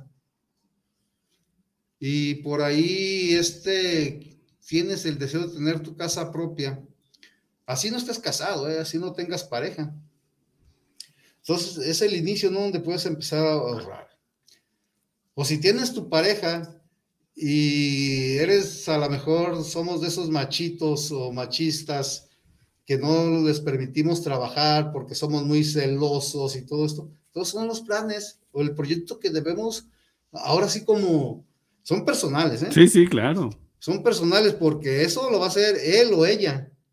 y por ahí este, tienes el deseo de tener tu casa propia, así no estés casado, ¿eh? Así no tengas pareja. Entonces, es el inicio, ¿no? Donde puedes empezar a ahorrar. O si tienes tu pareja y eres, a lo mejor somos de esos machitos o machistas que no les permitimos trabajar porque somos muy celosos y todo esto. Todos son los planes o el proyecto que debemos, ahora sí como, son personales, ¿eh? Sí, sí, claro. Son personales porque eso lo va a hacer él o ella.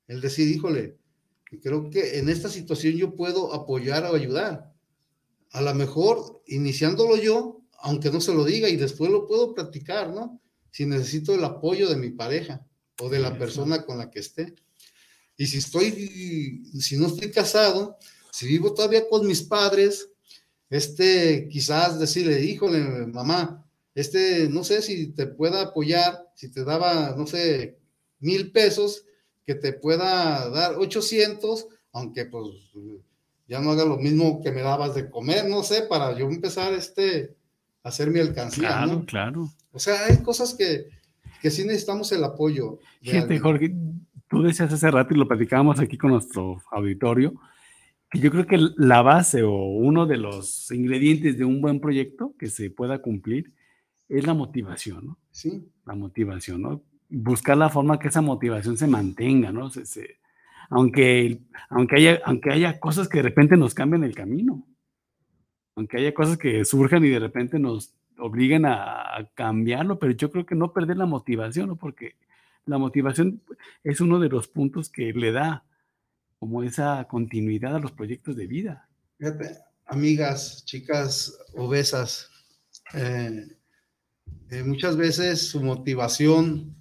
El decir, híjole, creo que en esta situación yo puedo apoyar o ayudar. A lo mejor iniciándolo yo, aunque no se lo diga, y después lo puedo practicar, ¿no? Si necesito el apoyo de mi pareja o de la Eso. persona con la que esté. Y si estoy, si no estoy casado, si vivo todavía con mis padres, este, quizás decirle, híjole, mamá, este, no sé si te pueda apoyar, si te daba, no sé, mil pesos, que te pueda dar ochocientos, aunque pues ya no haga lo mismo que me dabas de comer, no sé, para yo empezar este, a hacer mi alcancía, Claro, ¿no? claro. O sea, hay cosas que, que sí necesitamos el apoyo. de Fíjate, alguien. Jorge, tú decías hace rato y lo platicábamos aquí con nuestro auditorio, que yo creo que la base o uno de los ingredientes de un buen proyecto que se pueda cumplir es la motivación, ¿no? Sí, La motivación, ¿no? Buscar la forma que esa motivación se mantenga, ¿no? Se- se- aunque, aunque, haya, aunque haya cosas que de repente nos cambien el camino, aunque haya cosas que surjan y de repente nos obliguen a, a cambiarlo, pero yo creo que no perder la motivación, ¿no? Porque la motivación es uno de los puntos que le da como esa continuidad a los proyectos de vida. fíjate, amigas, chicas obesas, eh, eh, muchas veces su motivación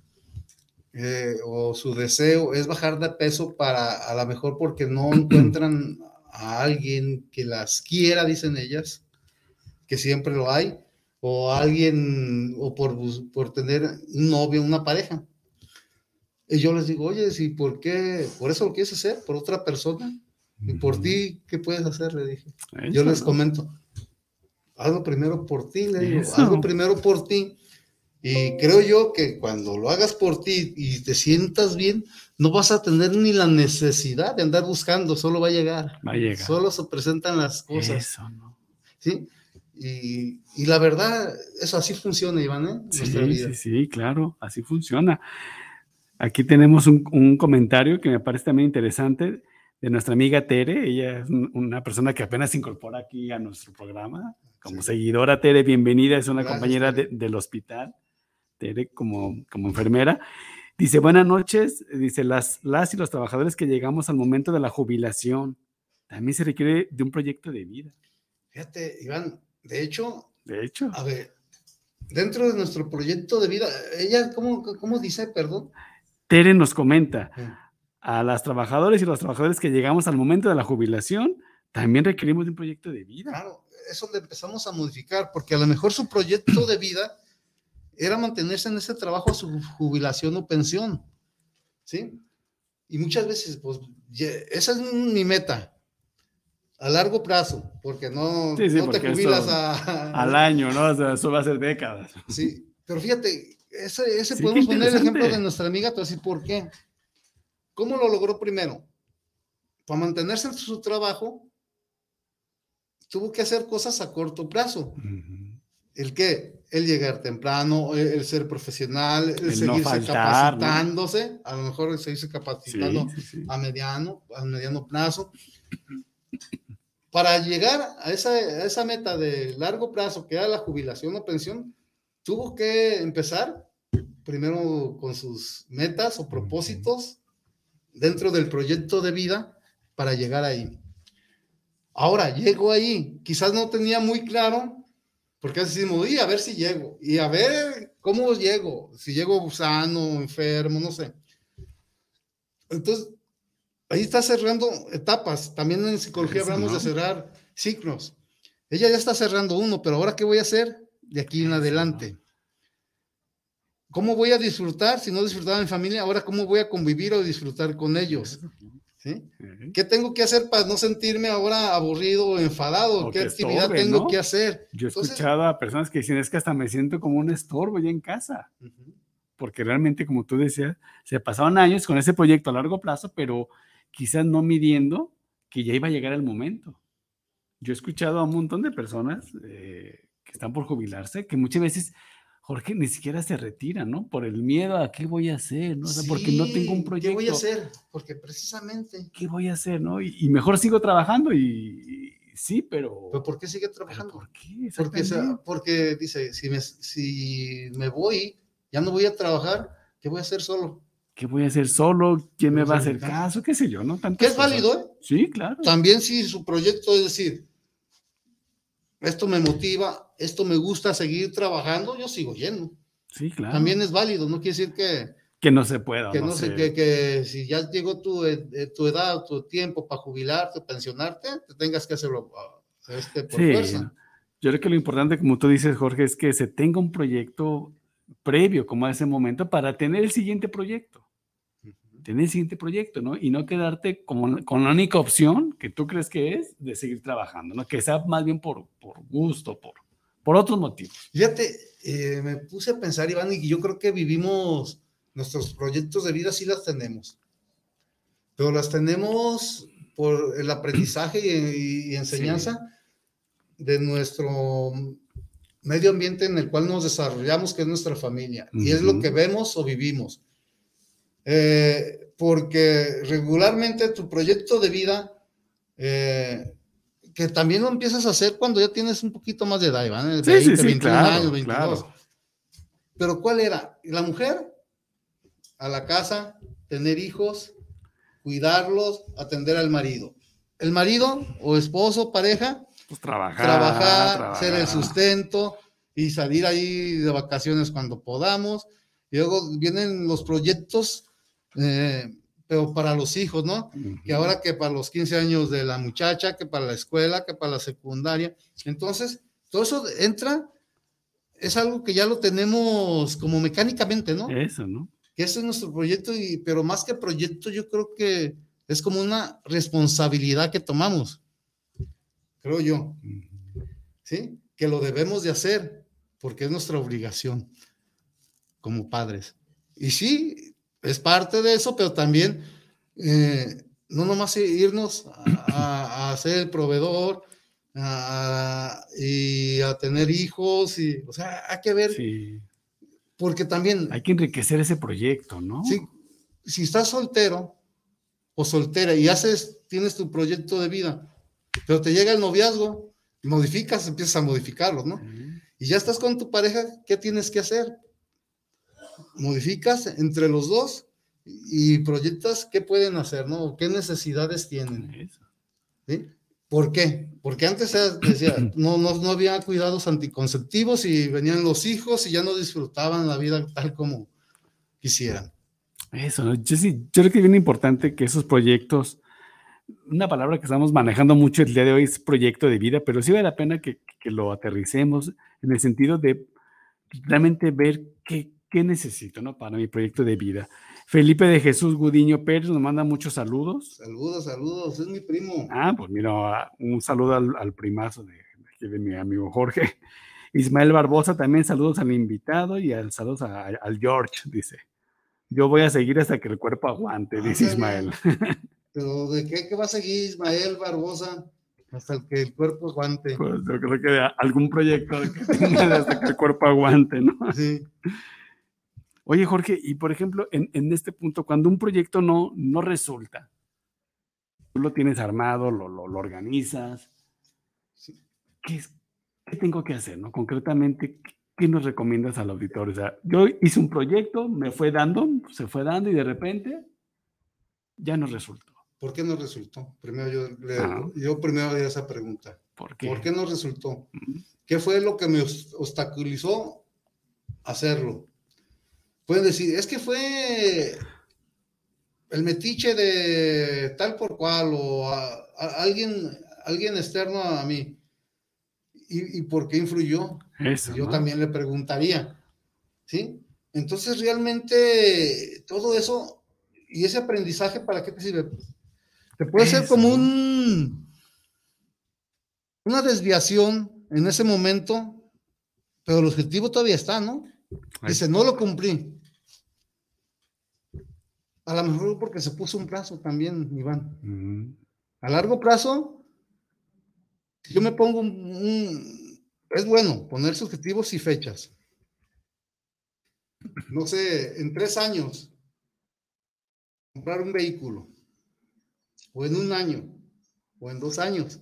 eh, o su deseo es bajar de peso para, a lo mejor porque no encuentran a alguien que las quiera, dicen ellas, que siempre lo hay, o alguien, o por, bus- por tener un novio, una pareja. Y yo les digo, oye, ¿y por qué? ¿Por eso lo quieres hacer? ¿Por otra persona? ¿Y por ti qué puedes hacer? Le dije. Yo Eso, les ¿no? comento, hazlo primero por ti, le digo, Eso. hazlo primero por ti. Y creo yo que cuando lo hagas por ti y te sientas bien, no vas a tener ni la necesidad de andar buscando, solo va a llegar. Va a llegar. Solo se presentan las cosas, Eso, ¿no? ¿sí? Y, y la verdad, eso así funciona, Iván, ¿eh? Nuestra Sí, vida. sí, sí, claro, así funciona. Aquí tenemos un, un comentario que me parece también interesante de nuestra amiga Tere. Ella es un- una persona que apenas se incorpora aquí a nuestro programa. Como Sí. seguidora, Tere, bienvenida. Es una Gracias, compañera de- Tere. del hospital, Tere, como, como enfermera. Dice, buenas noches. Dice, las, las y los trabajadores que llegamos al momento de la jubilación, también se requiere de un proyecto de vida. Fíjate, Iván, de hecho, De hecho, a ver, dentro de nuestro proyecto de vida, ella, ¿cómo, cómo dice, perdón? Tere nos comenta, Eh, a las trabajadoras y los trabajadores que llegamos al momento de la jubilación, también requerimos de un proyecto de vida. Claro, eso le empezamos a modificar, porque a lo mejor su proyecto de vida era mantenerse en ese trabajo a su jubilación o pensión, ¿sí? Y muchas veces, pues, ye- esa es mi meta, a largo plazo, porque no, Sí, sí, no te porque jubilas eso a... al año, ¿no? O sea, eso va a ser décadas. Sí, pero fíjate, ese, ese Sí, podemos qué poner el ejemplo interesante. de nuestra amiga, te voy a decir por qué. ¿Cómo lo logró primero? Para mantenerse en su trabajo, tuvo que hacer cosas a corto plazo. Ujú. ¿El qué? El llegar temprano, el, el ser profesional, el, El no seguirse faltar, ¿no? capacitándose, a lo mejor el seguirse capacitando Sí, sí, sí. a mediano, a mediano plazo. Para llegar a esa, a esa meta de largo plazo, que era la jubilación o pensión, tuvo que empezar primero con sus metas o propósitos dentro del proyecto de vida para llegar ahí. Ahora, llego ahí, quizás no tenía muy claro, porque así decimos, y a ver si llego, y a ver cómo llego, si llego sano, enfermo, no sé. Entonces, ahí está cerrando etapas. También en psicología Eso, hablamos ¿no? de cerrar ciclos. Ella ya está cerrando uno, pero ahora, ¿qué voy a hacer de aquí en Eso, adelante? ¿Cómo voy a disfrutar si no disfrutaba en familia? Ahora, ¿cómo voy a convivir o disfrutar con ellos? ¿Sí? Ujú. ¿Qué tengo que hacer para no sentirme ahora aburrido o enfadado? O ¿Qué que actividad estorbe, tengo ¿no? que hacer? Yo he Entonces, escuchado a personas que dicen, es que hasta me siento como un estorbo ya en casa, ujú, porque realmente, como tú decías, se pasaban años con ese proyecto a largo plazo, pero quizás no midiendo que ya iba a llegar el momento. Yo he escuchado a un montón de personas eh, que están por jubilarse, que muchas veces, Jorge, ni siquiera se retiran, ¿no? Por el miedo a qué voy a hacer, ¿no? O sea, porque no tengo un sí, ¿qué voy a proyecto. hacer? Porque precisamente, ¿Qué voy a hacer, no? Y, y mejor sigo trabajando y, y sí, pero... ¿pero por qué sigue ¿pero trabajando? por qué? Porque, se- Exactamente. porque dice, si me, si me voy, ya no voy a trabajar, ¿qué voy a hacer solo? ¿qué voy a hacer solo? ¿Quién me Pues, va a hacer ajá. caso? ¿Qué sé yo? ¿No? Que Tantas es cosas. válido, ¿eh? Sí, claro. También si su proyecto es decir, esto me motiva, esto me gusta seguir trabajando, yo sigo yendo. Sí, claro. También es válido, no quiere decir que, Que no se pueda. que no no sé, sé. que, que si ya llegó tu, eh, tu edad, tu tiempo para jubilarte, pensionarte, te tengas que hacerlo uh, este, por Sí, fuerza. yo creo que lo importante, como tú dices, Jorge, es que se tenga un proyecto previo, como a ese momento, para tener el siguiente proyecto. Tener el siguiente proyecto, ¿no? Y no quedarte como, con la única opción que tú crees que es de seguir trabajando, ¿no? Que sea más bien por, por gusto, por, por otros motivos. Fíjate, eh, me puse a pensar, Iván, y yo creo que vivimos nuestros proyectos de vida, sí las tenemos, pero las tenemos por el aprendizaje y, y enseñanza sí. de nuestro medio ambiente en el cual nos desarrollamos, que es nuestra familia, uh-huh. y es lo que vemos o vivimos. Eh, porque regularmente tu proyecto de vida, eh, que también lo empiezas a hacer cuando ya tienes un poquito más de edad, ¿vale? Sí, veinte, sí, sí, veintiún claro, años, veintidós. Claro. Pero ¿cuál era? La mujer a la casa, tener hijos, cuidarlos, atender al marido. El marido o esposo, pareja, pues trabajar, trabajar, trabajar, ser el sustento y salir ahí de vacaciones cuando podamos. Y luego vienen los proyectos, eh, pero para los hijos, ¿no? Uh-huh. Que ahora que para los quince años de la muchacha, que para la escuela, que para la secundaria. Entonces, todo eso entra, es algo que ya lo tenemos como mecánicamente, ¿no? Eso, ¿no? Que ese es nuestro proyecto, y, pero más que proyecto, yo creo que es como una responsabilidad que tomamos, creo yo, ¿sí? Que lo debemos de hacer, porque es nuestra obligación como padres. Y sí, es parte de eso, pero también eh, no nomás irnos a, a, a ser el proveedor a, y a tener hijos, y, o sea, hay que ver... Sí. Porque también... Hay que enriquecer ese proyecto, ¿no? Sí, si estás soltero o soltera y haces, tienes tu proyecto de vida, pero te llega el noviazgo, modificas, empiezas a modificarlo, ¿no? Uh-huh. Y ya estás con tu pareja, ¿qué tienes que hacer? Modificas entre los dos y proyectas qué pueden hacer, ¿no? ¿Qué necesidades tienen? ¿Sí? ¿Por qué? Porque antes decía, no, no, no había cuidados anticonceptivos y venían los hijos y ya no disfrutaban la vida tal como quisieran. Eso, yo sí, yo creo que es bien importante que esos proyectos, una palabra que estamos manejando mucho el día de hoy es proyecto de vida, pero sí vale la pena que, que lo aterricemos en el sentido de realmente ver qué, qué necesito, ¿no? Para mi proyecto de vida. Felipe de Jesús Gudiño Pérez nos manda muchos saludos. Saludos, saludos, es mi primo. Ah, pues mira, un saludo al, al primazo de, de, de mi amigo Jorge. Ismael Barbosa también, saludos al invitado y al, saludos a, a, al George, dice. Yo voy a seguir hasta que el cuerpo aguante, ah, dice Ismael. ¿Pero de qué, qué va a seguir Ismael Barbosa? Hasta el que el cuerpo aguante. Pues yo creo que algún proyecto que tenga hasta que el cuerpo aguante, ¿no? Sí. Oye, Jorge, y por ejemplo, en, en este punto, cuando un proyecto no, no resulta, tú lo tienes armado, lo, lo, lo organizas, sí. ¿qué, es, ¿qué tengo que hacer, no? Concretamente, ¿qué nos recomiendas al auditorio? O sea, yo hice un proyecto, me fue dando, se fue dando y de repente ya no resultó. ¿Por qué no resultó? Primero yo, le, ah. yo primero haría esa pregunta. ¿Por qué? ¿Por qué no resultó? Uh-huh. ¿Qué fue lo que me obstaculizó hacerlo? Pueden decir, es que fue el metiche de tal por cual o a, a alguien, alguien externo a mí. ¿Y, y por qué influyó? Eso, yo ¿no? también le preguntaría, ¿sí? Entonces, realmente, todo eso y ese aprendizaje, ¿para qué te sirve? Te puede eso, ser como un, una desviación en ese momento, pero el objetivo todavía está, ¿no? Dice, no lo cumplí. A lo mejor porque se puso un plazo también, Iván. Uh-huh. A largo plazo, yo me pongo un, un... Es bueno ponerse objetivos y fechas. No sé, en tres años, comprar un vehículo. O en un año. O en dos años.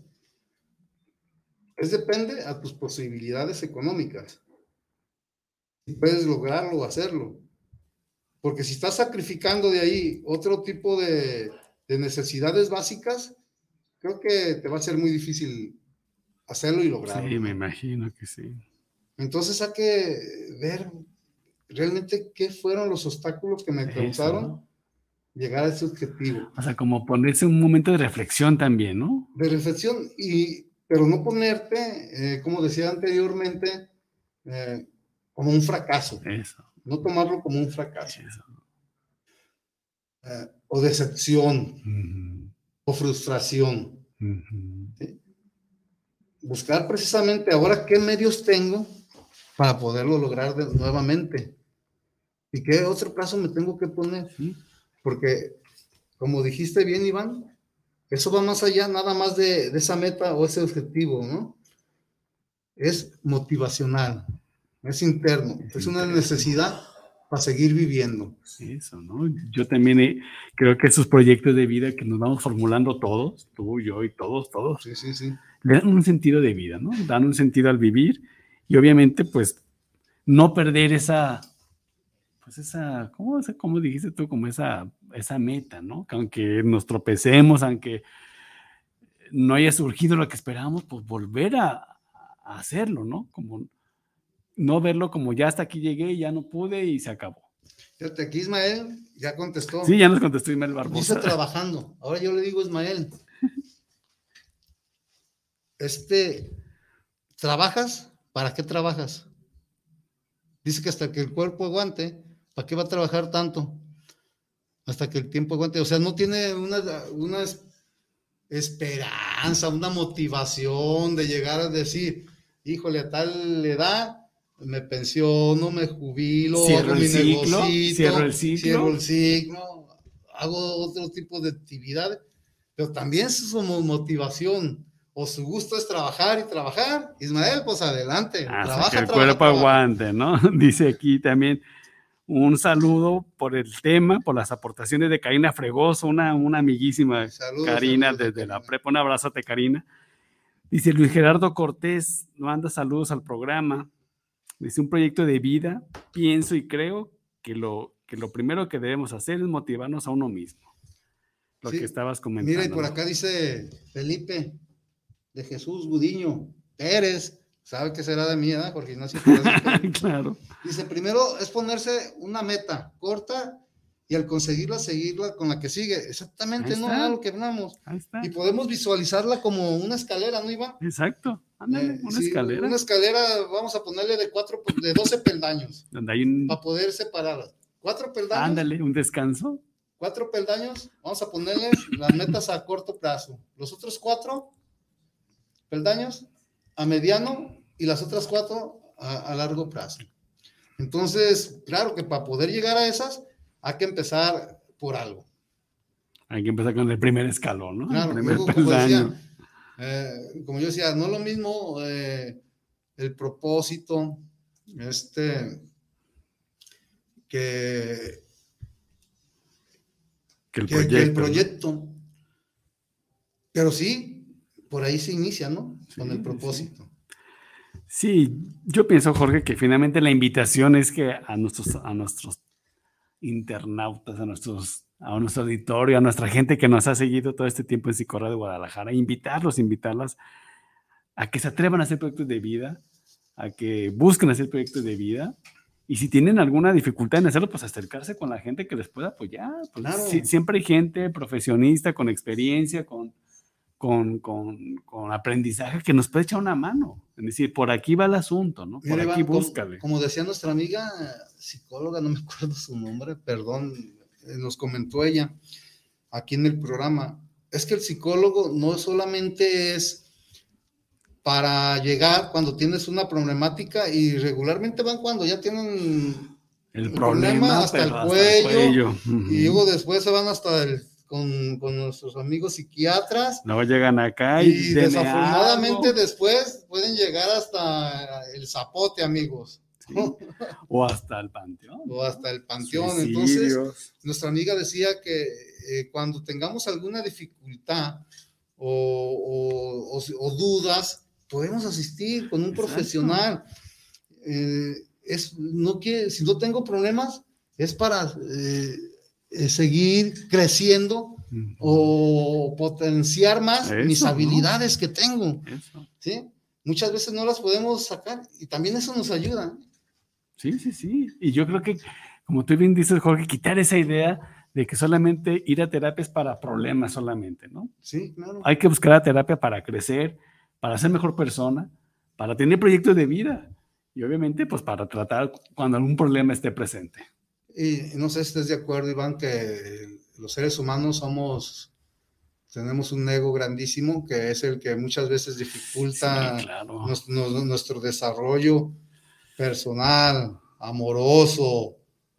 Es depende a tus posibilidades económicas. Si puedes lograrlo o hacerlo. Porque si estás sacrificando de ahí otro tipo de, de necesidades básicas, creo que te va a ser muy difícil hacerlo y lograrlo. Sí, ¿no? me imagino que sí. Entonces hay que ver realmente qué fueron los obstáculos que me Eso, causaron ¿no? llegar a ese objetivo. O sea, como ponerse un momento de reflexión también, ¿no? De reflexión, y, pero no ponerte, eh, como decía anteriormente, eh, como un fracaso. Eso. No tomarlo como un fracaso. Eso. Eh, o decepción, Uh-huh. o frustración. Uh-huh. ¿Sí? Buscar precisamente ahora qué medios tengo para poderlo lograr de, nuevamente. ¿Y qué otro plazo me tengo que poner? ¿Sí? Porque, como dijiste bien, Iván, eso va más allá nada más de, de esa meta o ese objetivo, ¿no? Es motivacional, es interno, es, es una necesidad para seguir viviendo. Eso, ¿no? Yo también he, creo que esos proyectos de vida que nos vamos formulando todos, tú, yo y todos, todos, sí, sí, sí. le dan un sentido de vida, ¿no? Dan un sentido al vivir y obviamente, pues, no perder esa, pues esa, ¿cómo, cómo dijiste tú? Como esa, esa meta, ¿no? Que aunque nos tropecemos, aunque no haya surgido lo que esperábamos, pues volver a, a hacerlo, ¿no? Como no verlo como ya hasta aquí llegué, ya no pude y se acabó. Fíjate, aquí Ismael ya contestó. Sí, ya nos contestó Ismael Barbosa. Dice trabajando. Ahora yo le digo, Ismael, este, ¿trabajas? ¿Para qué trabajas? Dice que hasta que el cuerpo aguante, ¿para qué va a trabajar tanto? Hasta que el tiempo aguante. O sea, no tiene una, una esperanza, una motivación de llegar a decir, híjole, a tal edad me pensiono, me jubilo, cierro hago el mi ciclo, negocito, cierro el ciclo, cierro el ciclo, hago otro tipo de actividades, pero también su motivación o su gusto es trabajar y trabajar. Ismael, pues adelante, hasta trabaja, que el trabaja, cuerpo trabaja. aguante, ¿no? Dice aquí también un saludo por el tema, por las aportaciones de Karina Fregoso, una, una amiguísima Saludos, Karina saludos, desde Karina. la prepa, un abrazote Karina. Dice Luis Gerardo Cortés, manda saludos al programa. Dice, un proyecto de vida, pienso y creo que lo, que lo primero que debemos hacer es motivarnos a uno mismo. Lo Sí, que estabas comentando. Mira, y por ¿no? acá dice Felipe de Jesús Gudiño Pérez, sabe que será de mí, ¿verdad? Jorge Ignacio Pérez. Claro. Dice, primero es ponerse una meta corta y al conseguirla, seguirla con la que sigue. Exactamente, Ahí no está. a lo que hablamos. Ahí está. Y podemos visualizarla como una escalera, ¿no, Iván? Exacto. Ándale, Eh, una sí, escalera. Una escalera, vamos a ponerle de cuatro, de doce peldaños. Donde hay un... Para poder separarlas. Cuatro peldaños. Ándale, un descanso. Cuatro peldaños, vamos a ponerles las metas a corto plazo. Los otros cuatro peldaños a mediano y las otras cuatro a, a largo plazo. Entonces, claro que para poder llegar a esas hay que empezar por algo. Hay que empezar con el primer escalón, ¿no? Claro, el primer luego, como, peldaño. decía, eh, como yo decía, no es lo mismo eh, el propósito este que, que, el, que, proyecto, que el proyecto. Pero sí, por ahí se inicia, ¿no? Sí, con el propósito. Sí. sí, yo pienso, Jorge, que finalmente la invitación es que a nuestros, a nuestros internautas, a nuestros, a nuestro auditorio, a nuestra gente que nos ha seguido todo este tiempo en Psicorradio de Guadalajara, invitarlos, invitarlas a que se atrevan a hacer proyectos de vida, a que busquen hacer proyectos de vida, y si tienen alguna dificultad en hacerlo, pues acercarse con la gente que les pueda apoyar. Pues Claro. sí, siempre hay gente profesionista, con experiencia, con, con, con, con aprendizaje que nos puede echar una mano. Es decir, por aquí va el asunto, ¿no? Por Mira, aquí Iván, búscale. Como, como decía nuestra amiga psicóloga, no me acuerdo su nombre, perdón, eh, nos comentó ella aquí en el programa, es que el psicólogo no solamente es para llegar cuando tienes una problemática, y regularmente van cuando ya tienen el, el problema, problema hasta, el, hasta cuello, el cuello, y luego después se van hasta el Con, con nuestros amigos psiquiatras. Luego llegan acá y, y desafortunadamente algo. Después pueden llegar hasta el zapote, amigos. Sí. O hasta el panteón. O hasta el panteón. Suicidios. Entonces, nuestra amiga decía que eh, cuando tengamos alguna dificultad o, o, o, o dudas, podemos asistir con un Exacto. profesional. Eh, es, no quiere, si no tengo problemas, es para eh, eh, seguir creciendo uh-huh. o potenciar más eso, mis habilidades ¿no? que tengo. Eso. ¿Sí? Muchas veces no las podemos sacar y también eso nos ayuda. Sí, sí, sí. Y yo creo que, como tú bien dices, Jorge, quitar esa idea de que solamente ir a terapia es para problemas solamente, ¿no? Sí, claro. Hay que buscar la terapia para crecer, para ser mejor persona, para tener proyectos de vida y obviamente pues para tratar cuando algún problema esté presente. Y no sé si estés de acuerdo, Iván, que los seres humanos somos, tenemos un ego grandísimo que es el que muchas veces dificulta sí, claro. nuestro, nuestro desarrollo personal, amoroso,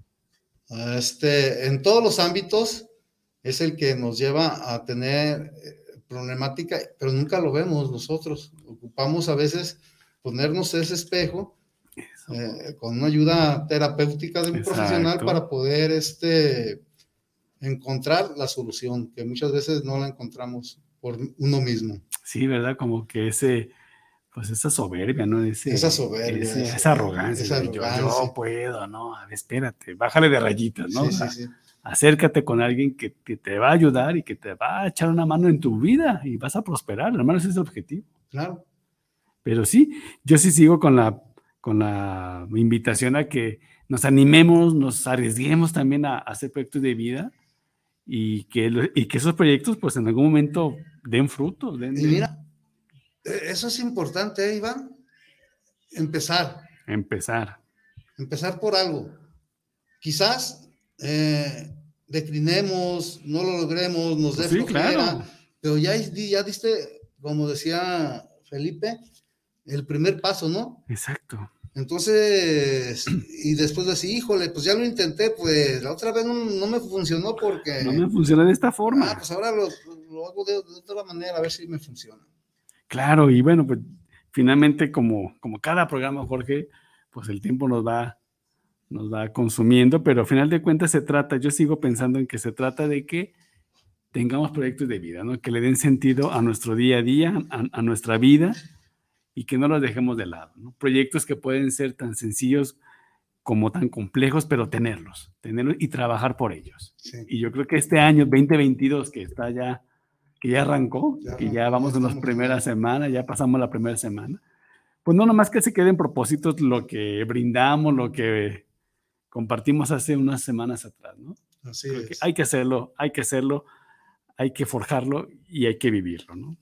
este, en todos los ámbitos es el que nos lleva a tener problemática, pero nunca lo vemos nosotros. Ocupamos a veces ponernos ese espejo eh, con una ayuda terapéutica de un Exacto. profesional para poder este, encontrar la solución, que muchas veces no la encontramos por uno mismo. Sí, ¿verdad? Como que ese, pues esa soberbia, ¿no? Ese, esa soberbia. Ese, esa, esa arrogancia. Esa de arrogancia. Yo, yo puedo, ¿no? A ver, espérate, bájale de rayitas, ¿no? Sí, o sea, sí, sí. Acércate con alguien que, que te va a ayudar y que te va a echar una mano en tu vida y vas a prosperar, hermano, ese es el objetivo. Claro. Pero sí, yo sí sigo con la, con la invitación a que nos animemos, nos arriesguemos también a, a hacer proyectos de vida y que, y que esos proyectos pues en algún momento den frutos. Den, y mira, eso es importante, ¿eh, Iván? Empezar. Empezar. Empezar por algo. Quizás eh, declinemos, no lo logremos, nos dé sí, flojera, claro. pero ya, ya diste, como decía Felipe, el primer paso, ¿no? Exacto. Entonces, y después de decir, híjole, pues ya lo intenté, pues la otra vez no, no me funcionó porque... No me funcionó de esta forma. Ah, pues ahora lo, lo hago de, de otra manera, a ver si me funciona. Claro, y bueno, pues finalmente como, como cada programa, Jorge, pues el tiempo nos va, nos va consumiendo, pero al final de cuentas se trata, yo sigo pensando en que se trata de que tengamos proyectos de vida, ¿no? Que le den sentido a nuestro día a día, a, a nuestra vida, y que no los dejemos de lado, ¿no? Proyectos que pueden ser tan sencillos como tan complejos, pero tenerlos, tenerlos y trabajar por ellos. Sí. Y yo creo que este año veinte veintidós, que está ya, que ya arrancó, ya, que ya vamos en las primeras semanas, ya pasamos la primera semana, pues no nomás que se queden propósitos lo que brindamos, lo que compartimos hace unas semanas atrás, ¿no? Así creo es. Que hay que hacerlo, hay que hacerlo, hay que forjarlo y hay que vivirlo, ¿no?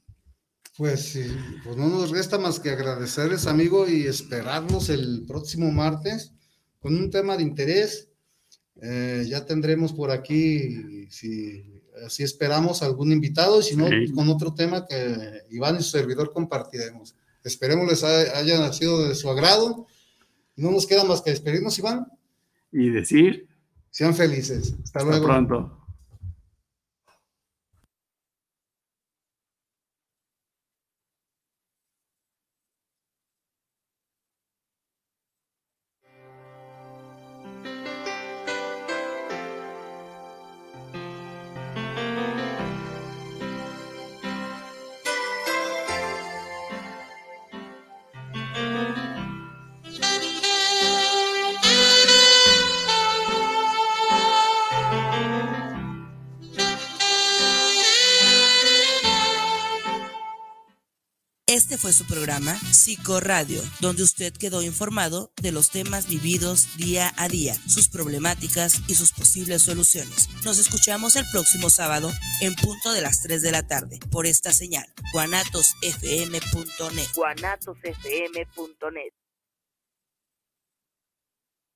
Pues sí, pues no nos resta más que agradecerles, amigo, y esperarnos el próximo martes con un tema de interés. Eh, ya tendremos por aquí, si así esperamos, algún invitado, y si no, sí. con otro tema que Iván y su servidor compartiremos. Esperemos les haya sido de su agrado. Y no nos queda más que despedirnos, Iván. Y decir. Sean felices. Hasta, Hasta luego. pronto. Este fue su programa Psicoradio, donde usted quedó informado de los temas vividos día a día, sus problemáticas y sus posibles soluciones. Nos escuchamos el próximo sábado en punto de las tres de la tarde por esta señal, guanatos f m punto net. guanatos f m punto net.